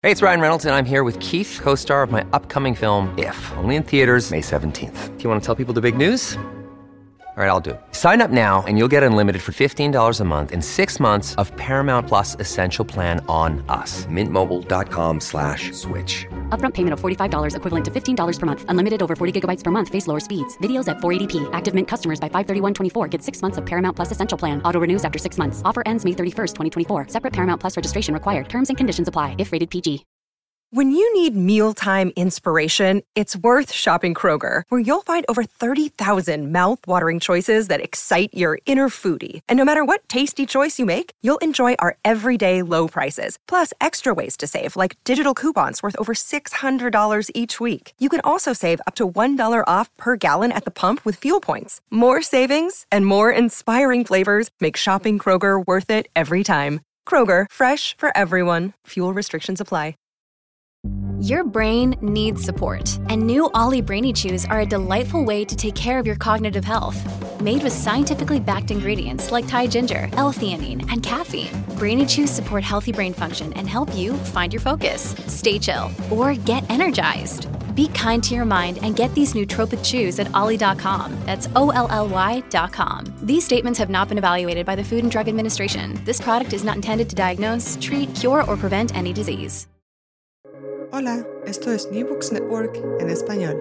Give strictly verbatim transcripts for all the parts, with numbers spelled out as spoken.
Hey, it's Ryan Reynolds, and I'm here with Keith, co-star of my upcoming film, If, only in theaters May seventeenth. Do you want to tell people the big news? All right, I'll do it. Sign up now and you'll get unlimited for fifteen dollars a month and six months of Paramount Plus Essential Plan on us. Mint Mobile dot com slash switch. Upfront payment of forty-five dollars equivalent to fifteen dollars per month. Unlimited over forty gigabytes per month. Face lower speeds. Videos at four eighty p. Active Mint customers by five thirty-one twenty-four get six months of Paramount Plus Essential Plan. Auto renews after six months. Offer ends May thirty-first, twenty twenty-four. Separate Paramount Plus registration required. Terms and conditions apply if rated P G. When you need mealtime inspiration, it's worth shopping Kroger, where you'll find over thirty thousand mouth-watering choices that excite your inner foodie. And no matter what tasty choice you make, you'll enjoy our everyday low prices, plus extra ways to save, like digital coupons worth over six hundred dollars each week. You can also save up to one dollar off per gallon at the pump with fuel points. More savings and more inspiring flavors make shopping Kroger worth it every time. Kroger, fresh for everyone. Fuel restrictions apply. Your brain needs support, and new Ollie Brainy Chews are a delightful way to take care of your cognitive health. Made with scientifically backed ingredients like Thai ginger, L-theanine, and caffeine, Brainy Chews support healthy brain function and help you find your focus, stay chill, or get energized. Be kind to your mind and get these nootropic chews at ollie dot com. That's O L L Y dot com. These statements have not been evaluated by the Food and Drug Administration. This product is not intended to diagnose, treat, cure, or prevent any disease. Hola, esto es New Books Network en español.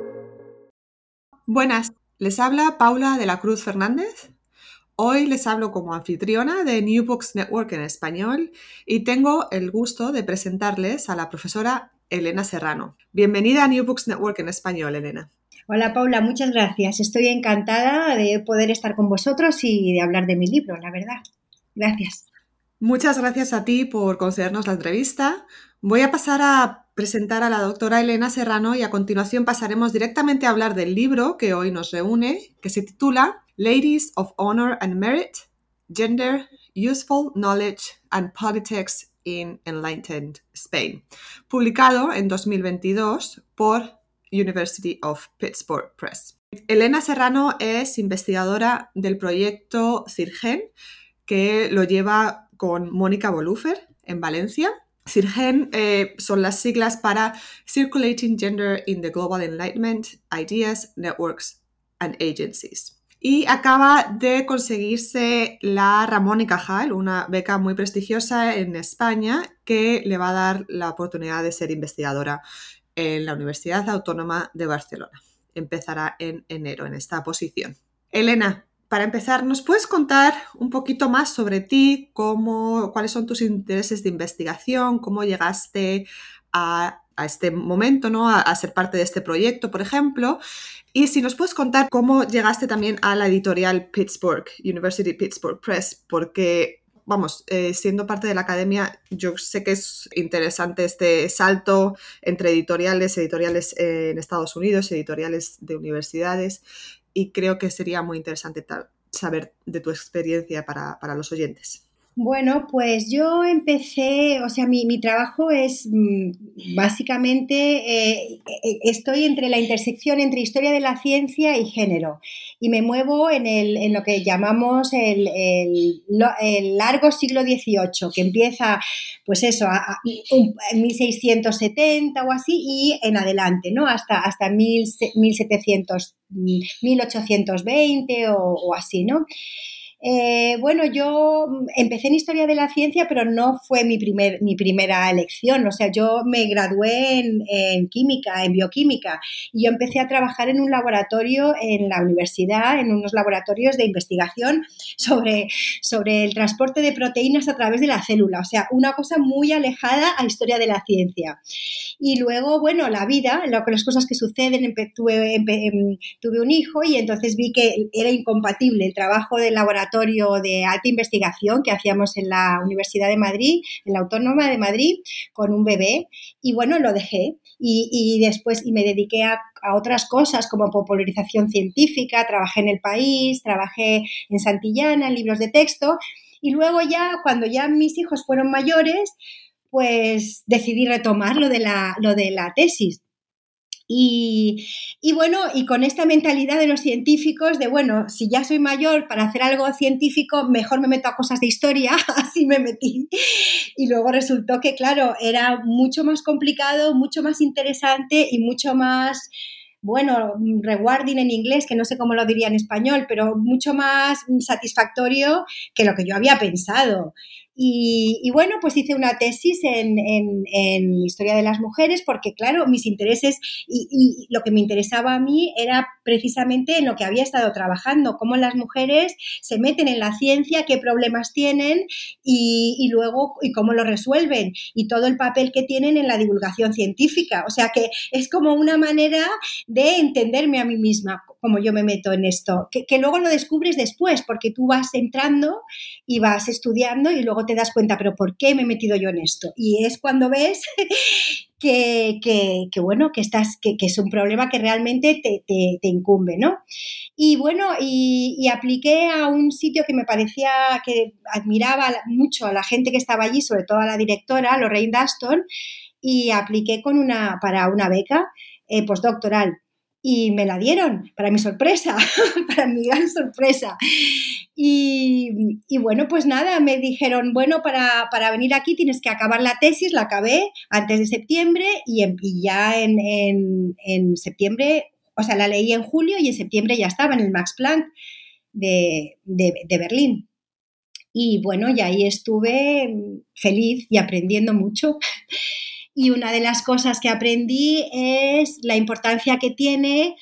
Buenas, les habla Paula de la Cruz Fernández. Hoy les hablo como anfitriona de New Books Network en español y tengo el gusto de presentarles a la profesora Elena Serrano. Bienvenida a New Books Network en español, Elena. Hola Paula, muchas gracias. Estoy encantada de poder estar con vosotros y de hablar de mi libro, la verdad. Gracias. Muchas gracias a ti por concedernos la entrevista. Voy a pasar a presentar a la doctora Elena Serrano y a continuación pasaremos directamente a hablar del libro que hoy nos reúne, que se titula Ladies of Honor and Merit, Gender, Useful Knowledge and Politics in Enlightened Spain, publicado en dos mil veintidós por University of Pittsburgh Press. Elena Serrano es investigadora del proyecto CIRGEN, que lo lleva con Mónica Bolúfer en Valencia. CIRGEN eh, son las siglas para Circulating Gender in the Global Enlightenment, Ideas, Networks and Agencies. Y acaba de conseguirse la Ramón y Cajal, una beca muy prestigiosa en España que le va a dar la oportunidad de ser investigadora en la Universidad Autónoma de Barcelona. Empezará en enero en esta posición. Elena, para empezar, ¿nos puedes contar un poquito más sobre ti? Cómo, ¿Cuáles son tus intereses de investigación? ¿Cómo llegaste a, a este momento, ¿no? a, a ser parte de este proyecto, por ejemplo? Y si nos puedes contar cómo llegaste también a la editorial Pittsburgh, University Pittsburgh Press, porque, vamos, eh, siendo parte de la academia, yo sé que es interesante este salto entre editoriales, editoriales eh, en Estados Unidos, editoriales de universidades, y creo que sería muy interesante saber de tu experiencia para, para los oyentes. Bueno, pues yo empecé, o sea, mi, mi trabajo es mmm, básicamente, eh, estoy entre la intersección entre historia de la ciencia y género y me muevo en, el, en lo que llamamos el, el, el largo siglo dieciocho, que empieza, pues eso, a, a, en mil seiscientos setenta o así y en adelante, ¿no? Hasta, hasta mil setecientos, mil ochocientos veinte o, o así, ¿no? Eh, bueno, yo empecé en Historia de la Ciencia, pero no fue mi, primer, mi primera elección. O sea, yo me gradué en, en química, en bioquímica, y yo empecé a trabajar en un laboratorio en la universidad, en unos laboratorios de investigación sobre, sobre el transporte de proteínas a través de la célula. O sea, una cosa muy alejada a Historia de la Ciencia. Y luego, bueno, la vida, lo, las cosas que suceden, empe, tuve, empe, tuve un hijo y entonces vi que era incompatible el trabajo del laboratorio de alta investigación que hacíamos en la Universidad de Madrid, en la Autónoma de Madrid, con un bebé, y bueno, lo dejé y, y después y me dediqué a, a otras cosas como popularización científica, trabajé en El País, trabajé en Santillana, en libros de texto, y luego ya, cuando ya mis hijos fueron mayores, pues decidí retomar lo de la, lo de la tesis. Y, y bueno, y con esta mentalidad de los científicos de, bueno, si ya soy mayor para hacer algo científico, mejor me meto a cosas de historia, así me metí. Y luego resultó que, claro, era mucho más complicado, mucho más interesante y mucho más, bueno, rewarding en inglés, que no sé cómo lo diría en español, pero mucho más satisfactorio que lo que yo había pensado. Y, y bueno, pues hice una tesis en, en, en historia de las mujeres porque, claro, mis intereses y, y lo que me interesaba a mí era precisamente en lo que había estado trabajando, cómo las mujeres se meten en la ciencia, qué problemas tienen y, y luego y cómo lo resuelven y todo el papel que tienen en la divulgación científica. O sea que es como una manera de entenderme a mí misma, como yo me meto en esto, que, que luego lo descubres después porque tú vas entrando y vas estudiando y luego te das cuenta, pero ¿por qué me he metido yo en esto? Y es cuando ves que, que, que bueno, que, estás, que, que es un problema que realmente te, te, te incumbe, ¿no? Y bueno, y, y apliqué a un sitio que me parecía que admiraba mucho a la gente que estaba allí, sobre todo a la directora, Lorraine Daston, y apliqué con una, para una beca eh, postdoctoral. Y me la dieron, para mi sorpresa, para mi gran sorpresa. Y, y bueno, pues nada, me dijeron, bueno, para, para venir aquí tienes que acabar la tesis, la acabé antes de septiembre y, en, y ya en, en, en septiembre, o sea, la leí en julio y en septiembre ya estaba en el Max Planck de, de, de Berlín. Y bueno, y ahí estuve feliz y aprendiendo mucho. Y una de las cosas que aprendí es la importancia que tiene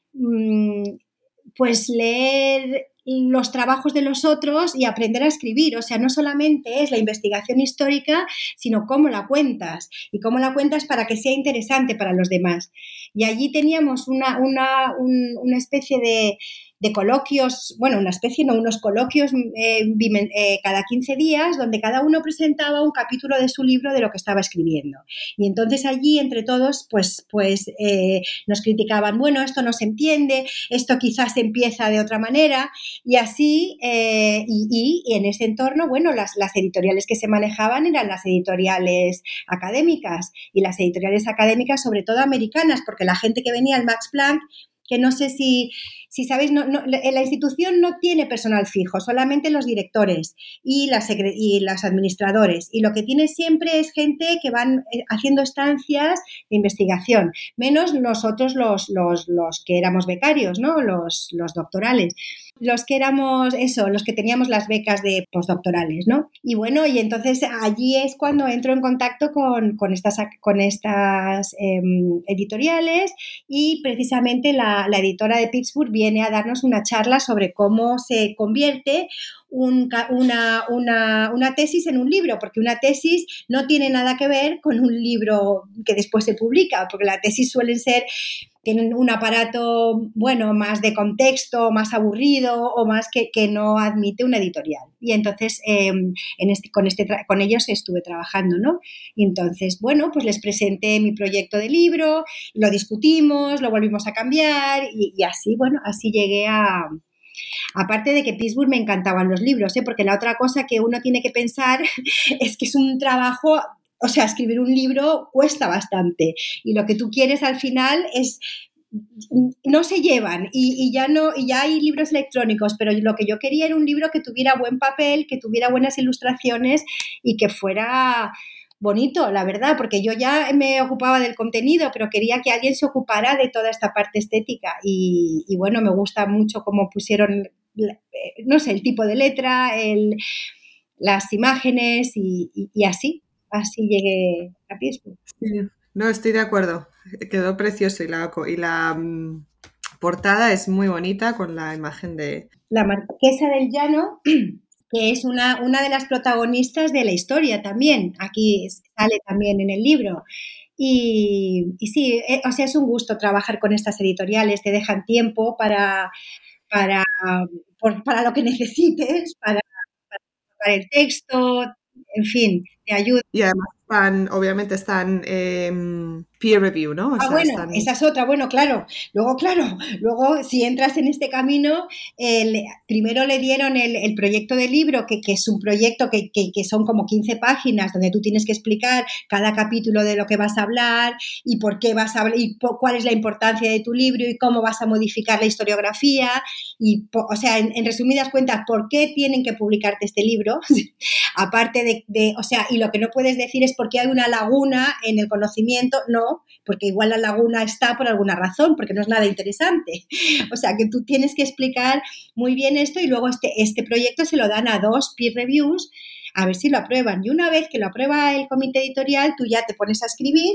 pues leer los trabajos de los otros y aprender a escribir. O sea, no solamente es la investigación histórica, sino cómo la cuentas y cómo la cuentas para que sea interesante para los demás. Y allí teníamos una, una, un, una especie de, de coloquios, bueno, una especie, no, unos coloquios eh, eh, cada quince días donde cada uno presentaba un capítulo de su libro de lo que estaba escribiendo. Y entonces allí, entre todos, pues, pues eh, nos criticaban, bueno, esto no se entiende, esto quizás empieza de otra manera, y así, eh, y, y, y en ese entorno, bueno, las, las editoriales que se manejaban eran las editoriales académicas, y las editoriales académicas sobre todo americanas, porque la gente que venía al Max Planck, que no sé si, si sabéis, no, no, la institución no tiene personal fijo, solamente los directores y las, y los administradores. Y lo que tiene siempre es gente que van haciendo estancias de investigación, menos nosotros los, los, los que éramos becarios, ¿no? Los, los doctorales. Los que éramos, eso, los que teníamos las becas de postdoctorales, ¿no? Y bueno, y entonces allí es cuando entro en contacto con, con estas, con estas eh, editoriales y precisamente la, la editora de Pittsburgh viene a darnos una charla sobre cómo se convierte un, una, una, una tesis en un libro, porque una tesis no tiene nada que ver con un libro que después se publica, porque la tesis suelen ser tienen un aparato, bueno, más de contexto, más aburrido o más que, que no admite una editorial. Y entonces eh, en este, con, este, con ellos estuve trabajando, ¿no? Y entonces, bueno, pues les presenté mi proyecto de libro, lo discutimos, lo volvimos a cambiar y, y así, bueno, así llegué a... Aparte de que Pittsburgh me encantaban los libros, ¿eh? Porque la otra cosa que uno tiene que pensar es que es un trabajo... O sea, escribir un libro cuesta bastante y lo que tú quieres al final es no se llevan y, y ya no y ya hay libros electrónicos, pero lo que yo quería era un libro que tuviera buen papel, que tuviera buenas ilustraciones y que fuera bonito, la verdad, porque yo ya me ocupaba del contenido, pero quería que alguien se ocupara de toda esta parte estética y, y bueno, me gusta mucho cómo pusieron, no sé, el tipo de letra, el, las imágenes y, y, y así. Así llegué a Pittsburgh. Sí, no, estoy de acuerdo. Quedó precioso y la, y la um, portada es muy bonita con la imagen de... La Marquesa del Llano, que es una, una de las protagonistas de la historia también. Aquí sale también en el libro. Y, y sí, eh, o sea, es un gusto trabajar con estas editoriales. Te dejan tiempo para, para, por, para lo que necesites, para, para el texto, en fin, me ayuda. Y además están, obviamente están eh, peer review, ¿no? O Ah, sea, bueno, están... esa es otra. Bueno, claro. Luego, claro, luego si entras en este camino, el, primero le dieron el, el proyecto de libro, que, que es un proyecto que, que, que son como quince páginas, donde tú tienes que explicar cada capítulo de lo que vas a hablar y por qué vas a hablar, y por, cuál es la importancia de tu libro y cómo vas a modificar la historiografía. Y, o sea, en, en resumidas cuentas, ¿por qué tienen que publicarte este libro? Aparte de, de, o sea, y lo que no puedes decir es por qué hay una laguna en el conocimiento, no, porque igual la laguna está por alguna razón, porque no es nada interesante. O sea, que tú tienes que explicar muy bien esto y luego este, este proyecto se lo dan a dos peer reviews a ver si lo aprueban. Y una vez que lo aprueba el comité editorial, tú ya te pones a escribir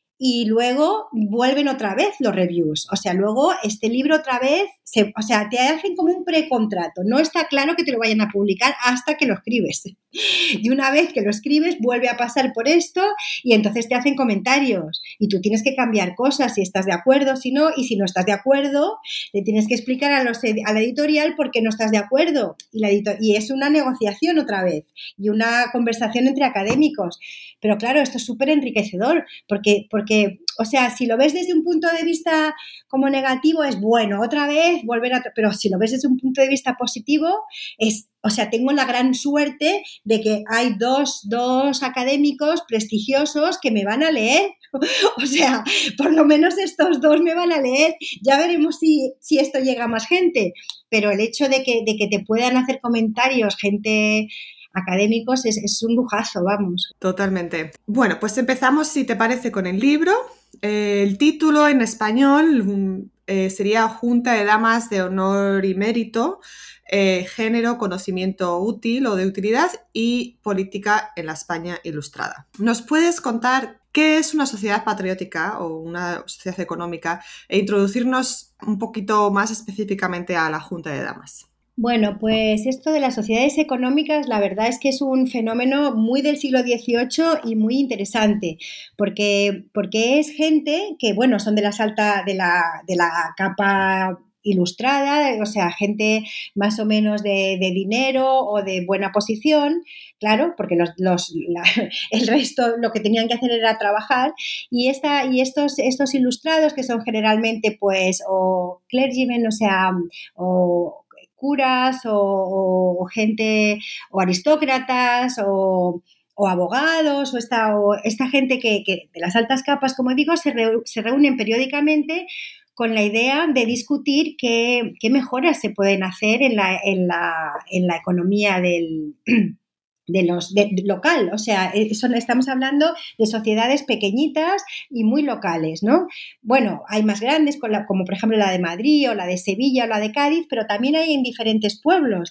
y luego vuelven otra vez los reviews. O sea, luego este libro otra vez, se, o sea, te hacen como un precontrato. No está claro que te lo vayan a publicar hasta que lo escribes. Y una vez que lo escribes, vuelve a pasar por esto y entonces te hacen comentarios. Y tú tienes que cambiar cosas si estás de acuerdo, si no. Y si no estás de acuerdo, le tienes que explicar a, los, a la editorial por qué no estás de acuerdo. Y, la editor- y es una negociación otra vez y una conversación entre académicos. Pero claro, esto es súper enriquecedor porque, porque, o sea, si lo ves desde un punto de vista como negativo, es bueno, otra vez volver a... Pero si lo ves desde un punto de vista positivo, es... O sea, tengo la gran suerte de que hay dos, dos académicos prestigiosos que me van a leer. O sea, por lo menos estos dos me van a leer. Ya veremos si, si esto llega a más gente. Pero el hecho de que, de que te puedan hacer comentarios gente... académicos es, es un lujazo, vamos. Totalmente. Bueno, pues empezamos, si te parece, con el libro. Eh, el título en español eh, sería Junta de Damas de Honor y Mérito, eh, Género, Conocimiento Útil o de Utilidad y Política en la España Ilustrada. ¿Nos puedes contar qué es una sociedad patriótica o una sociedad económica e introducirnos un poquito más específicamente a la Junta de Damas? Bueno, pues esto de las sociedades económicas, la verdad es que es un fenómeno muy del siglo dieciocho y muy interesante, porque, porque es gente que, bueno, son de las alta, de la, de la capa ilustrada, o sea, gente más o menos de, de dinero o de buena posición, claro, porque los, los, la, el resto lo que tenían que hacer era trabajar, y, esta, y estos, estos ilustrados que son generalmente pues o clergymen, o sea, o curas o, o, o gente o aristócratas o, o abogados o esta, o esta gente que, que de las altas capas, como digo, se, re, se reúnen periódicamente con la idea de discutir qué, qué mejoras se pueden hacer en la, en la, en la economía del... de los de, de local, o sea, son, estamos hablando de sociedades pequeñitas y muy locales, ¿no? Bueno, hay más grandes, con la, como por ejemplo la de Madrid o la de Sevilla o la de Cádiz, pero también hay en diferentes pueblos.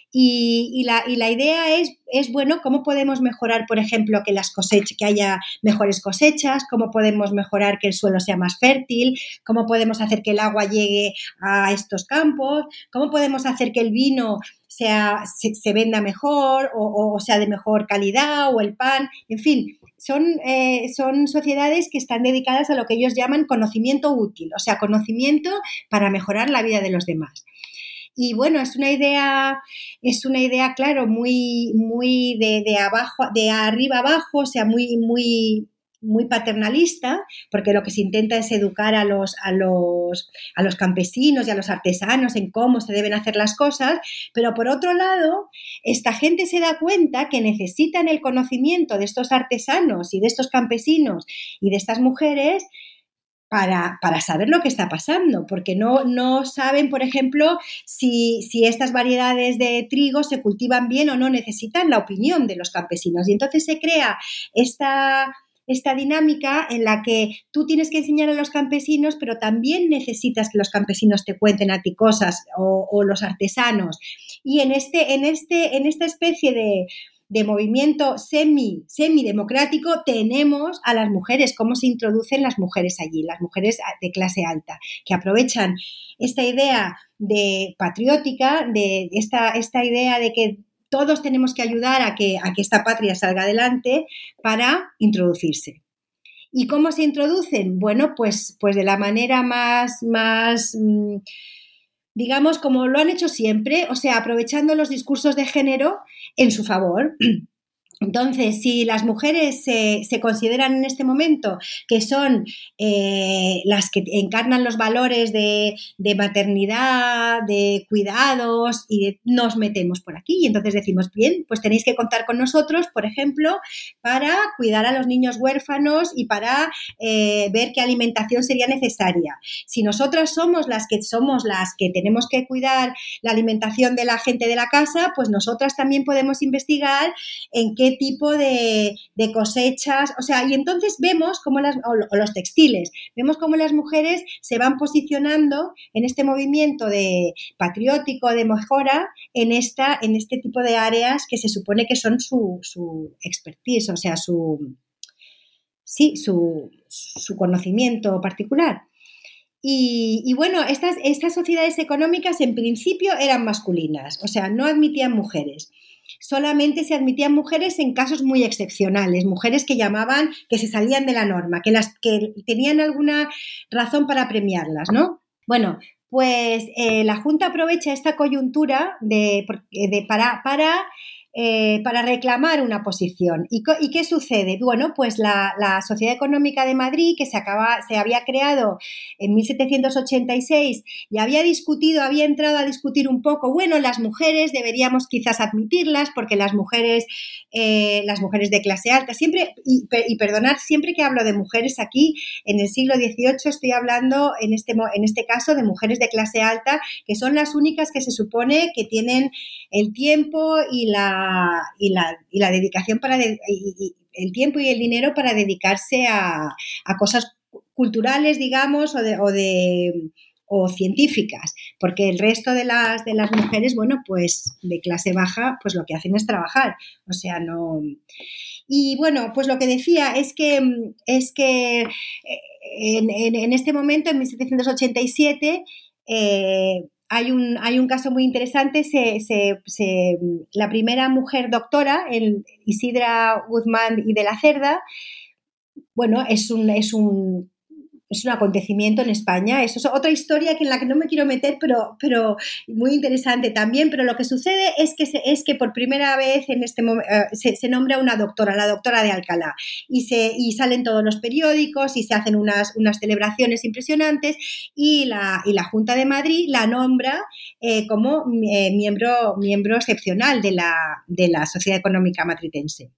Y, y, la, y la idea es, es, bueno, cómo podemos mejorar, por ejemplo, que las cosechas, que haya mejores cosechas, cómo podemos mejorar que el suelo sea más fértil, cómo podemos hacer que el agua llegue a estos campos, cómo podemos hacer que el vino sea, se, se venda mejor o, o sea de mejor calidad, o el pan, en fin. Son, eh, son sociedades que están dedicadas a lo que ellos llaman conocimiento útil, o sea, conocimiento para mejorar la vida de los demás. Y bueno, es una idea, es una idea, claro, muy, muy de, de abajo, de arriba abajo, o sea, muy, muy, muy paternalista, porque lo que se intenta es educar a los, a los, a los campesinos y a los artesanos en cómo se deben hacer las cosas, pero por otro lado, esta gente se da cuenta que necesitan el conocimiento de estos artesanos y de estos campesinos y de estas mujeres Para, para saber lo que está pasando, porque no, no saben, por ejemplo, si, si estas variedades de trigo se cultivan bien o no, necesitan la opinión de los campesinos. Y entonces se crea esta, esta dinámica en la que tú tienes que enseñar a los campesinos, pero también necesitas que los campesinos te cuenten a ti cosas, o, o los artesanos. Y en, este, en, este, en esta especie de... de movimiento semi, semidemocrático, tenemos a las mujeres, cómo se introducen las mujeres allí, las mujeres de clase alta, que aprovechan esta idea de patriótica, de esta, esta idea de que todos tenemos que ayudar a que, a que esta patria salga adelante para introducirse. ¿Y cómo se introducen? Bueno, pues, pues de la manera más... más mmm, digamos, como lo han hecho siempre, o sea, aprovechando los discursos de género en su favor. Entonces, si las mujeres se, se consideran en este momento que son eh, las que encarnan los valores de, de maternidad, de cuidados, y de, nos metemos por aquí y entonces decimos, bien, pues tenéis que contar con nosotros, por ejemplo, para cuidar a los niños huérfanos y para eh, ver qué alimentación sería necesaria. Si nosotras somos las que somos las que tenemos que cuidar la alimentación de la gente de la casa, pues nosotras también podemos investigar en qué tipo de, de cosechas, o sea, y entonces vemos cómo las, o, o los textiles, vemos cómo las mujeres se van posicionando en este movimiento de patriótico, de mejora, en, esta, en este tipo de áreas que se supone que son su, su expertise, o sea, su, sí, su, su conocimiento particular. Y, y bueno, estas, estas sociedades económicas en principio eran masculinas, o sea, no admitían mujeres. Solamente se admitían mujeres en casos muy excepcionales, mujeres que llamaban, que se salían de la norma, que, las, que tenían alguna razón para premiarlas, ¿no? Bueno, pues eh, la Junta aprovecha esta coyuntura de, de, para... para Eh, para reclamar una posición. ¿Y, ¿Y qué sucede? Bueno, pues la, la Sociedad Económica de Madrid, que se, acaba, se había creado en mil setecientos ochenta y seis y había discutido, había entrado a discutir un poco, bueno, las mujeres deberíamos quizás admitirlas porque las mujeres, eh, las mujeres de clase alta, siempre, y, y perdonad, siempre que hablo de mujeres aquí, en el siglo dieciocho estoy hablando en este, en este caso de mujeres de clase alta, que son las únicas que se supone que tienen el tiempo y la Y la, y la dedicación para de, y, y el tiempo y el dinero para dedicarse a, a cosas culturales, digamos, o de, o de o científicas, porque el resto de las de las mujeres, bueno, pues de clase baja, pues lo que hacen es trabajar, o sea, no. Y bueno, pues lo que decía es que es que en, en, en este momento, en mil setecientos ochenta y siete, eh, Hay un, hay un caso muy interesante, se, se, se, la primera mujer doctora, el Isidra Guzmán y de la Cerda, bueno, es un, es un, es un acontecimiento en España, eso es otra historia que en la que no me quiero meter, pero, pero muy interesante también, pero lo que sucede es que, se, es que por primera vez en este momento uh, se, se nombra una doctora, la doctora de Alcalá, y, se, y salen todos los periódicos y se hacen unas, unas celebraciones impresionantes y la, y la Junta de Madrid la nombra eh, como eh, miembro, miembro excepcional de la, de la Sociedad Económica Matritense.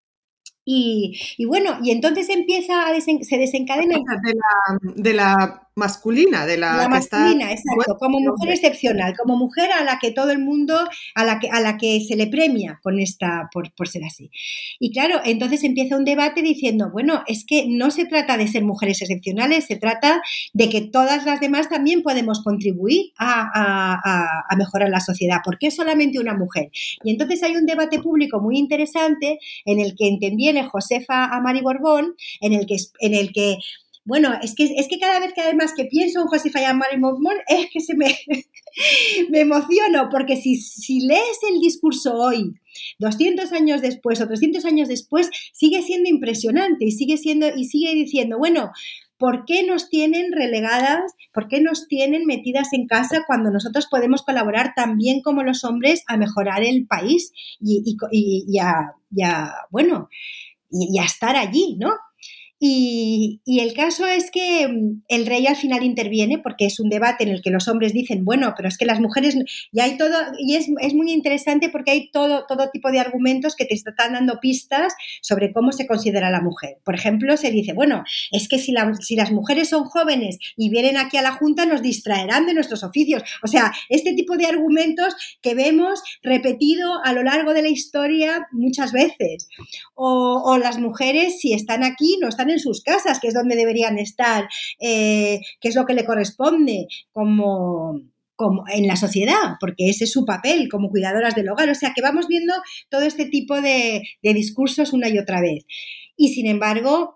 Y, y bueno, y entonces empieza a desen, se desencadena de la, de la masculina, de la, la que masculina, está, exacto, como mujer excepcional, como mujer a la que todo el mundo, a la que, a la que se le premia con esta, por, por ser así. Y claro, entonces empieza un debate diciendo, bueno, es que no se trata de ser mujeres excepcionales, se trata de que todas las demás también podemos contribuir a, a, a mejorar la sociedad. ¿Por qué solamente una mujer? Y entonces hay un debate público muy interesante en el que interviene Josefa Amari Borbón, en el que, en el que Bueno, es que, es que cada vez que además que pienso en Josefa Amari Borbón es que se me, me emociono, porque si, si lees el discurso hoy, doscientos años después o trescientos años después, sigue siendo impresionante y sigue, siendo, y sigue diciendo, bueno, ¿por qué nos tienen relegadas? ¿Por qué nos tienen metidas en casa cuando nosotros podemos colaborar tan bien como los hombres a mejorar el país y, y, y, y, a, y a, bueno, y, y a estar allí, ¿no? Y, y el caso es que el rey al final interviene porque es un debate en el que los hombres dicen, bueno, pero es que las mujeres, y hay todo, y es, es muy interesante porque hay todo, todo tipo de argumentos que te están dando pistas sobre cómo se considera la mujer. Por ejemplo, se dice, bueno, es que si, la, si las mujeres son jóvenes y vienen aquí a la Junta nos distraerán de nuestros oficios. O sea, este tipo de argumentos que vemos repetido a lo largo de la historia muchas veces. O, o las mujeres, si están aquí, no están en sus casas, que es donde deberían estar, eh, que es lo que le corresponde como, como en la sociedad, porque ese es su papel como cuidadoras del hogar. O sea, que vamos viendo todo este tipo de, de discursos una y otra vez. Y sin embargo,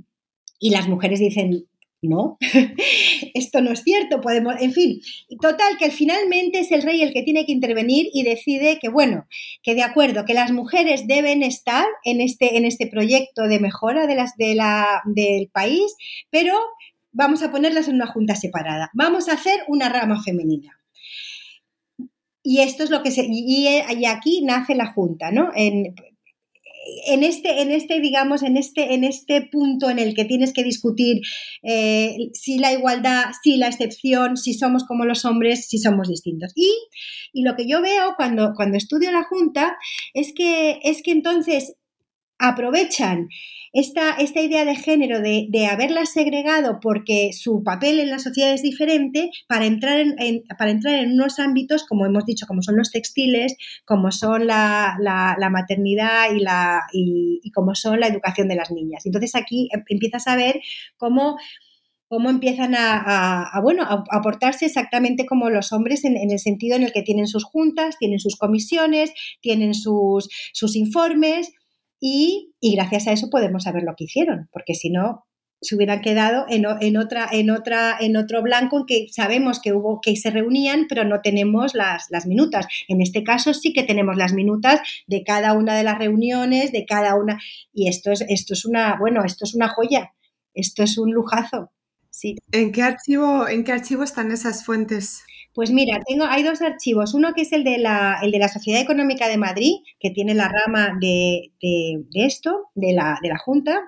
y las mujeres dicen, no, esto no es cierto, podemos, en fin, total, que finalmente es el rey el que tiene que intervenir y decide que, bueno, que de acuerdo, que las mujeres deben estar en este, en este proyecto de mejora de las, de la, del país, pero vamos a ponerlas en una junta separada, vamos a hacer una rama femenina. Y esto es lo que se, y, y aquí nace la junta, ¿no? En, en este, en este, digamos, en este, en este punto en el que tienes que discutir eh, si la igualdad, si la excepción, si somos como los hombres, si somos distintos. Y, y lo que yo veo cuando, cuando estudio la Junta es que, es que entonces aprovechan esta, esta idea de género de, de haberlas segregado porque su papel en la sociedad es diferente para entrar en, en, para entrar en unos ámbitos, como hemos dicho, como son los textiles, como son la, la, la maternidad y, la, y, y como son la educación de las niñas. Entonces aquí empiezas a ver cómo cómo empiezan a, a, a, bueno, a, a portarse exactamente como los hombres en, en el sentido en el que tienen sus juntas, tienen sus comisiones, tienen sus, sus informes. Y, y gracias a eso podemos saber lo que hicieron, porque si no se hubieran quedado en, en, otra, en, otra, en otro blanco en que sabemos que hubo que se reunían, pero no tenemos las, las minutas. En este caso sí que tenemos las minutas de cada una de las reuniones, de cada una, y esto es, esto es una, bueno, esto es una joya, esto es un lujazo. Sí. ¿En qué archivo, en qué archivo están esas fuentes? Pues mira, tengo, hay dos archivos. Uno que es el de la, el de la Sociedad Económica de Madrid, que tiene la rama de, de, de esto, de la, de la Junta.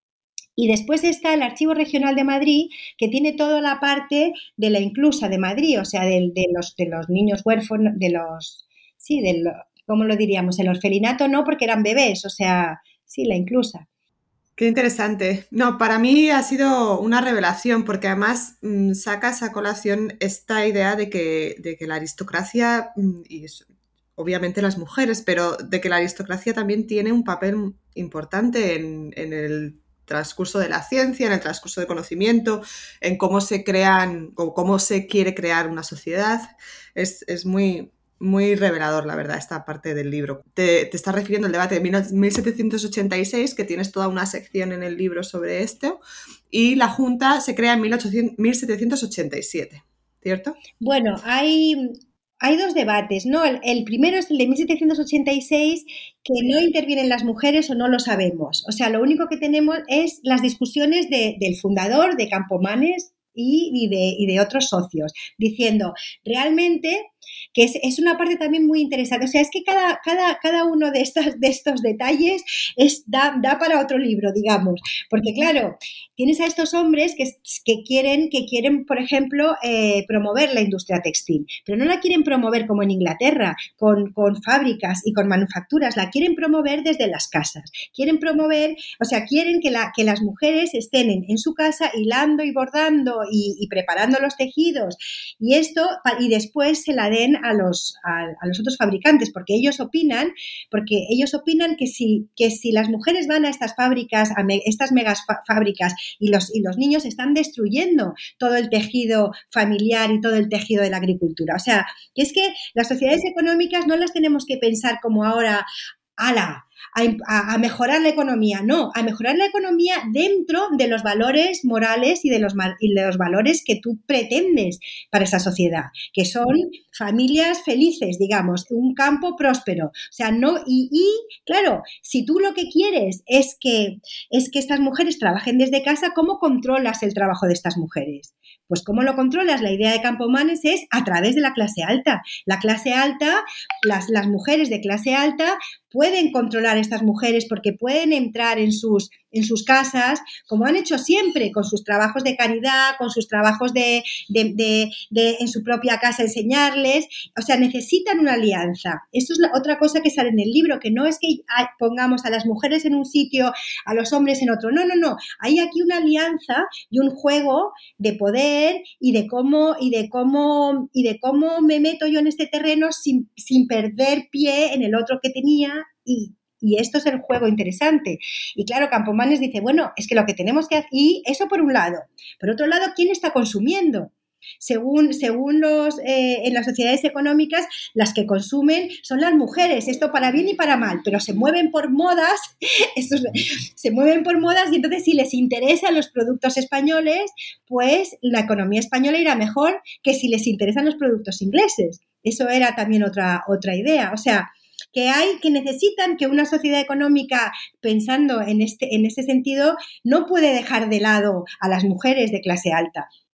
Y después está el Archivo Regional de Madrid, que tiene toda la parte de la inclusa de Madrid, o sea, de, de, los, de los niños huérfanos, de los, sí, del, ¿cómo lo diríamos? El orfelinato no, porque eran bebés, o sea, sí, la inclusa. Qué interesante. No, para mí ha sido una revelación porque además mmm, sacas a colación esta idea de que, de que la aristocracia, y es, obviamente las mujeres, pero de que la aristocracia también tiene un papel importante en, en el transcurso de la ciencia, en el transcurso del conocimiento, en cómo se crean o cómo se quiere crear una sociedad. Es, es muy... Muy revelador, la verdad, esta parte del libro. Te, te estás refiriendo al debate de mil setecientos ochenta y seis, que tienes toda una sección en el libro sobre esto, y la Junta se crea en mil setecientos ochenta y siete, ¿cierto? Bueno, hay, hay dos debates, ¿no? El, el primero es el de mil setecientos ochenta y seis, que no intervienen las mujeres o no lo sabemos. O sea, lo único que tenemos es las discusiones de, del fundador, de Campomanes, y, y, de, y de otros socios, diciendo realmente que es, es una parte también muy interesante. O sea, es que cada, cada, cada uno de, estas, de estos detalles es, da, da para otro libro, digamos. Porque, claro, tienes a estos hombres que, que, quieren, que quieren, por ejemplo, eh, promover la industria textil, pero no la quieren promover como en Inglaterra, con, con fábricas y con manufacturas, la quieren promover desde las casas. Quieren promover, o sea, quieren que, la, que las mujeres estén en, en su casa hilando y bordando y, y preparando los tejidos. Y esto, y después se la den a los, a, a los otros fabricantes, porque ellos opinan, porque ellos opinan que si, que si las mujeres van a estas fábricas, a me, estas megas fábricas y los, y los niños están destruyendo todo el tejido familiar y todo el tejido de la agricultura. O sea, que es que las sociedades económicas no las tenemos que pensar como ahora, ¡hala!, A, a mejorar la economía, no, a mejorar la economía dentro de los valores morales y de los, y de los valores que tú pretendes para esa sociedad, que son familias felices, digamos, un campo próspero. O sea, no, y, y claro, si tú lo que quieres es que, es que estas mujeres trabajen desde casa, ¿cómo controlas el trabajo de estas mujeres? Pues ¿cómo lo controlas? La idea de Campomanes es a través de la clase alta. La clase alta, las, las mujeres de clase alta pueden controlar a estas mujeres porque pueden entrar en sus, en sus casas, como han hecho siempre, con sus trabajos de caridad, con sus trabajos de, de, de, de en su propia casa enseñarles. O sea, necesitan una alianza. Esto es la, otra cosa que sale en el libro, que no es que hay, pongamos a las mujeres en un sitio, a los hombres en otro. No, no, no. Hay aquí una alianza y un juego de poder y de cómo, y de cómo, y de cómo me meto yo en este terreno sin, sin perder pie en el otro que tenía. Y, y esto es el juego interesante. Y claro, Campomanes dice, bueno, es que lo que tenemos que hacer, y eso por un lado. Por otro lado, ¿quién está consumiendo? Según, según los, eh, en las sociedades económicas, las que consumen son las mujeres, esto para bien y para mal, pero se mueven por modas, estos, se mueven por modas y entonces si les interesan los productos españoles, pues la economía española irá mejor que si les interesan los productos ingleses. Eso era también otra, otra idea, o sea, que hay, que necesitan que una sociedad económica, pensando en este, en este sentido, no puede dejar de lado a las mujeres de clase alta.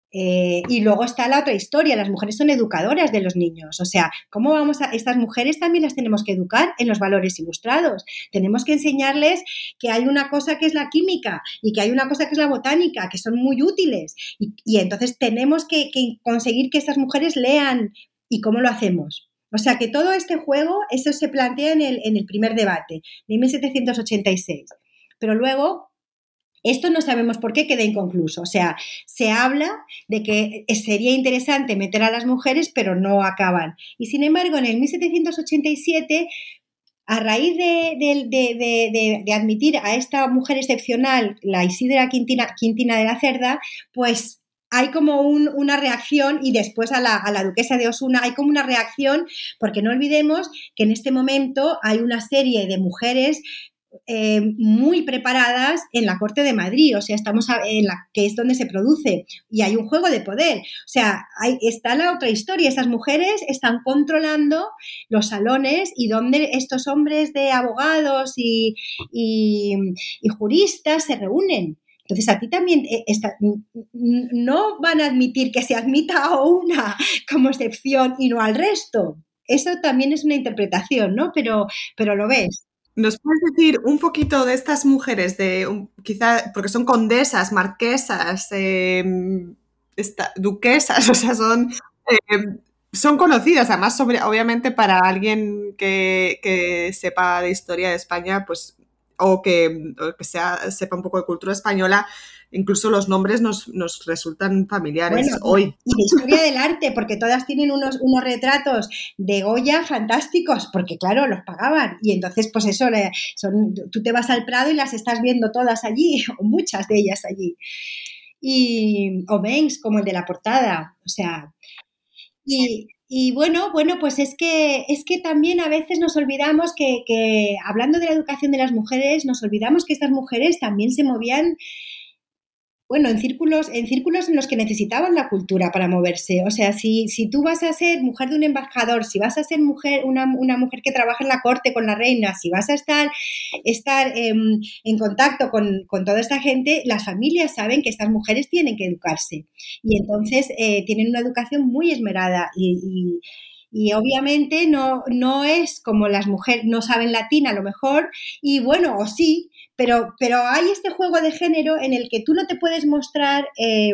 Eh, y luego está la otra historia, las mujeres son educadoras de los niños, o sea, ¿cómo vamos a...? Estas mujeres también las tenemos que educar en los valores ilustrados, tenemos que enseñarles que hay una cosa que es la química y que hay una cosa que es la botánica, que son muy útiles, y, y entonces tenemos que, que conseguir que estas mujeres lean. ¿Y cómo lo hacemos? O sea, que todo este juego, eso se plantea en el, en el primer debate de mil setecientos ochenta y seis, pero luego... Esto no sabemos por qué queda inconcluso, o sea, se habla de que sería interesante meter a las mujeres, pero no acaban. Y sin embargo, en el mil setecientos ochenta y siete, a raíz de, de, de, de, de admitir a esta mujer excepcional, la Isidora Quintina, Quintina de la Cerda, pues hay como un, una reacción, y después a la, a la duquesa de Osuna hay como una reacción, porque no olvidemos que en este momento hay una serie de mujeres Eh, muy preparadas en la corte de Madrid, o sea, estamos en la que es donde se produce, y hay un juego de poder, o sea, hay, está la otra historia, esas mujeres están controlando los salones y donde estos hombres de abogados y, y, y juristas se reúnen. Entonces, a ti también esta, no van a admitir que se admita a una como excepción y no al resto. Eso también es una interpretación, ¿no? Pero, pero lo ves. ¿Nos puedes decir un poquito de estas mujeres, de un, quizá porque son condesas, marquesas, eh, esta, duquesas, o sea, son, eh, son conocidas, además, sobre, obviamente para alguien que, que sepa de historia de España, pues, o que, o que sea, sepa un poco de cultura española, incluso los nombres nos, nos resultan familiares bueno, hoy. Y de historia del arte, porque todas tienen unos, unos retratos de Goya fantásticos, porque claro, los pagaban. Y entonces, pues eso, son, tú te vas al Prado y las estás viendo todas allí, o muchas de ellas allí. Y, o Banks, como el de la portada, o sea... Y, y bueno, bueno, pues es que, es que también a veces nos olvidamos que, que, hablando de la educación de las mujeres, nos olvidamos que estas mujeres también se movían... Bueno, en círculos, en círculos en los que necesitaban la cultura para moverse. O sea, si, si tú vas a ser mujer de un embajador, si vas a ser mujer, una, una mujer que trabaja en la corte con la reina, si vas a estar, estar eh, en contacto con, con toda esta gente, las familias saben que estas mujeres tienen que educarse. Y entonces eh, tienen una educación muy esmerada y... y Y obviamente no, no es como las mujeres no saben latín a lo mejor, y bueno, o sí, pero, pero hay este juego de género en el que tú no te puedes mostrar... Eh,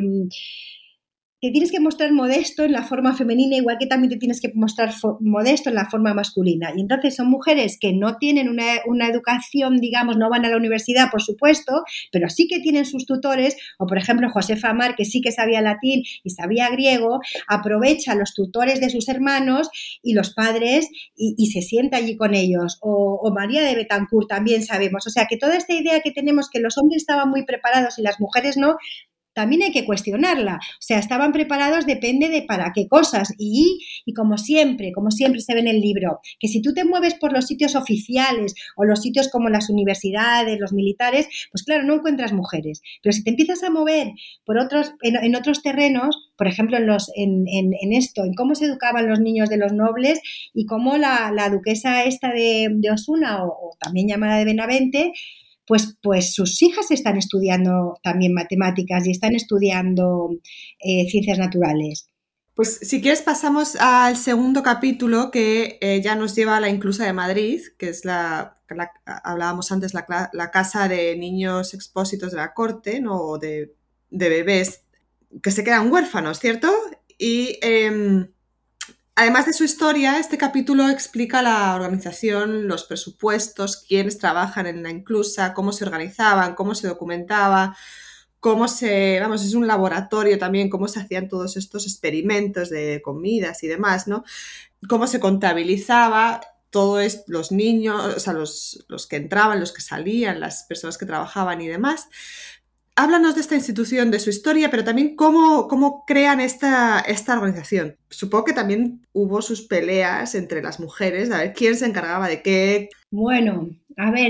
te tienes que mostrar modesto en la forma femenina, igual que también te tienes que mostrar modesto en la forma masculina. Y entonces son mujeres que no tienen una, una educación, digamos, no van a la universidad, por supuesto, pero sí que tienen sus tutores, o por ejemplo Josefa Mar, que sí que sabía latín y sabía griego, aprovecha los tutores de sus hermanos y los padres y, y se sienta allí con ellos. O, o María de Betancourt también sabemos. O sea, que toda esta idea que tenemos que los hombres estaban muy preparados y las mujeres no, también hay que cuestionarla. O sea, estaban preparados, depende de para qué cosas. Y, y como siempre, como siempre se ve en el libro, que si tú te mueves por los sitios oficiales o los sitios como las universidades, los militares, pues claro, no encuentras mujeres. Pero si te empiezas a mover por otros, en, en otros terrenos, por ejemplo, en, los, en, en, en esto, en cómo se educaban los niños de los nobles y cómo la, la duquesa esta de, de Osuna, o, o también llamada de Benavente, Pues, pues sus hijas están estudiando también matemáticas y están estudiando eh, ciencias naturales. Pues si quieres pasamos al segundo capítulo que eh, ya nos lleva a la Inclusa de Madrid, que es la, la hablábamos antes, la, la casa de niños expósitos de la corte, ¿no? O de, de bebés que se quedan huérfanos, ¿cierto? Y... Eh, Además de su historia, este capítulo explica la organización, los presupuestos, quiénes trabajan en la Inclusa, cómo se organizaban, cómo se documentaba, cómo se, vamos, es un laboratorio también, cómo se hacían todos estos experimentos de comidas y demás, ¿no? Cómo se contabilizaba todo esto, los niños, o sea, los, los que entraban, los que salían, las personas que trabajaban y demás. Háblanos de esta institución, de su historia, pero también cómo, cómo crean esta, esta organización. Supongo que también hubo sus peleas entre las mujeres, a ver quién se encargaba de qué. Bueno, a ver,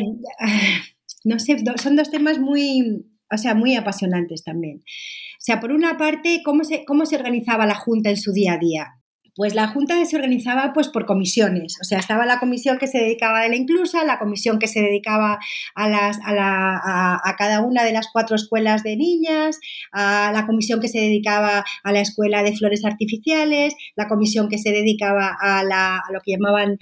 no sé, son dos temas muy, o sea, muy apasionantes también. O sea, por una parte, cómo se, cómo se organizaba la Junta en su día a día. pues la Junta se organizaba pues por comisiones, o sea, estaba la comisión que se dedicaba a la inclusa, la comisión que se dedicaba a, las, a, la, a, a cada una de las cuatro escuelas de niñas, a la comisión que se dedicaba a la escuela de flores artificiales, la comisión que se dedicaba a, la, a lo que llamaban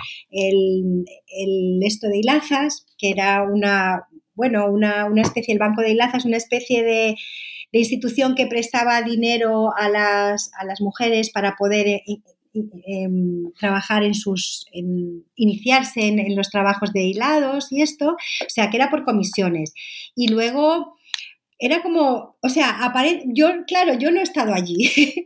el, el esto de hilazas, que era una, bueno, una, una especie, el banco de hilazas, una especie de de institución que prestaba dinero a las, a las mujeres para poder eh, eh, trabajar en sus, en, iniciarse en, en los trabajos de hilados y esto, o sea, que era por comisiones. Y luego era como, o sea, apare- yo, claro, yo no he estado allí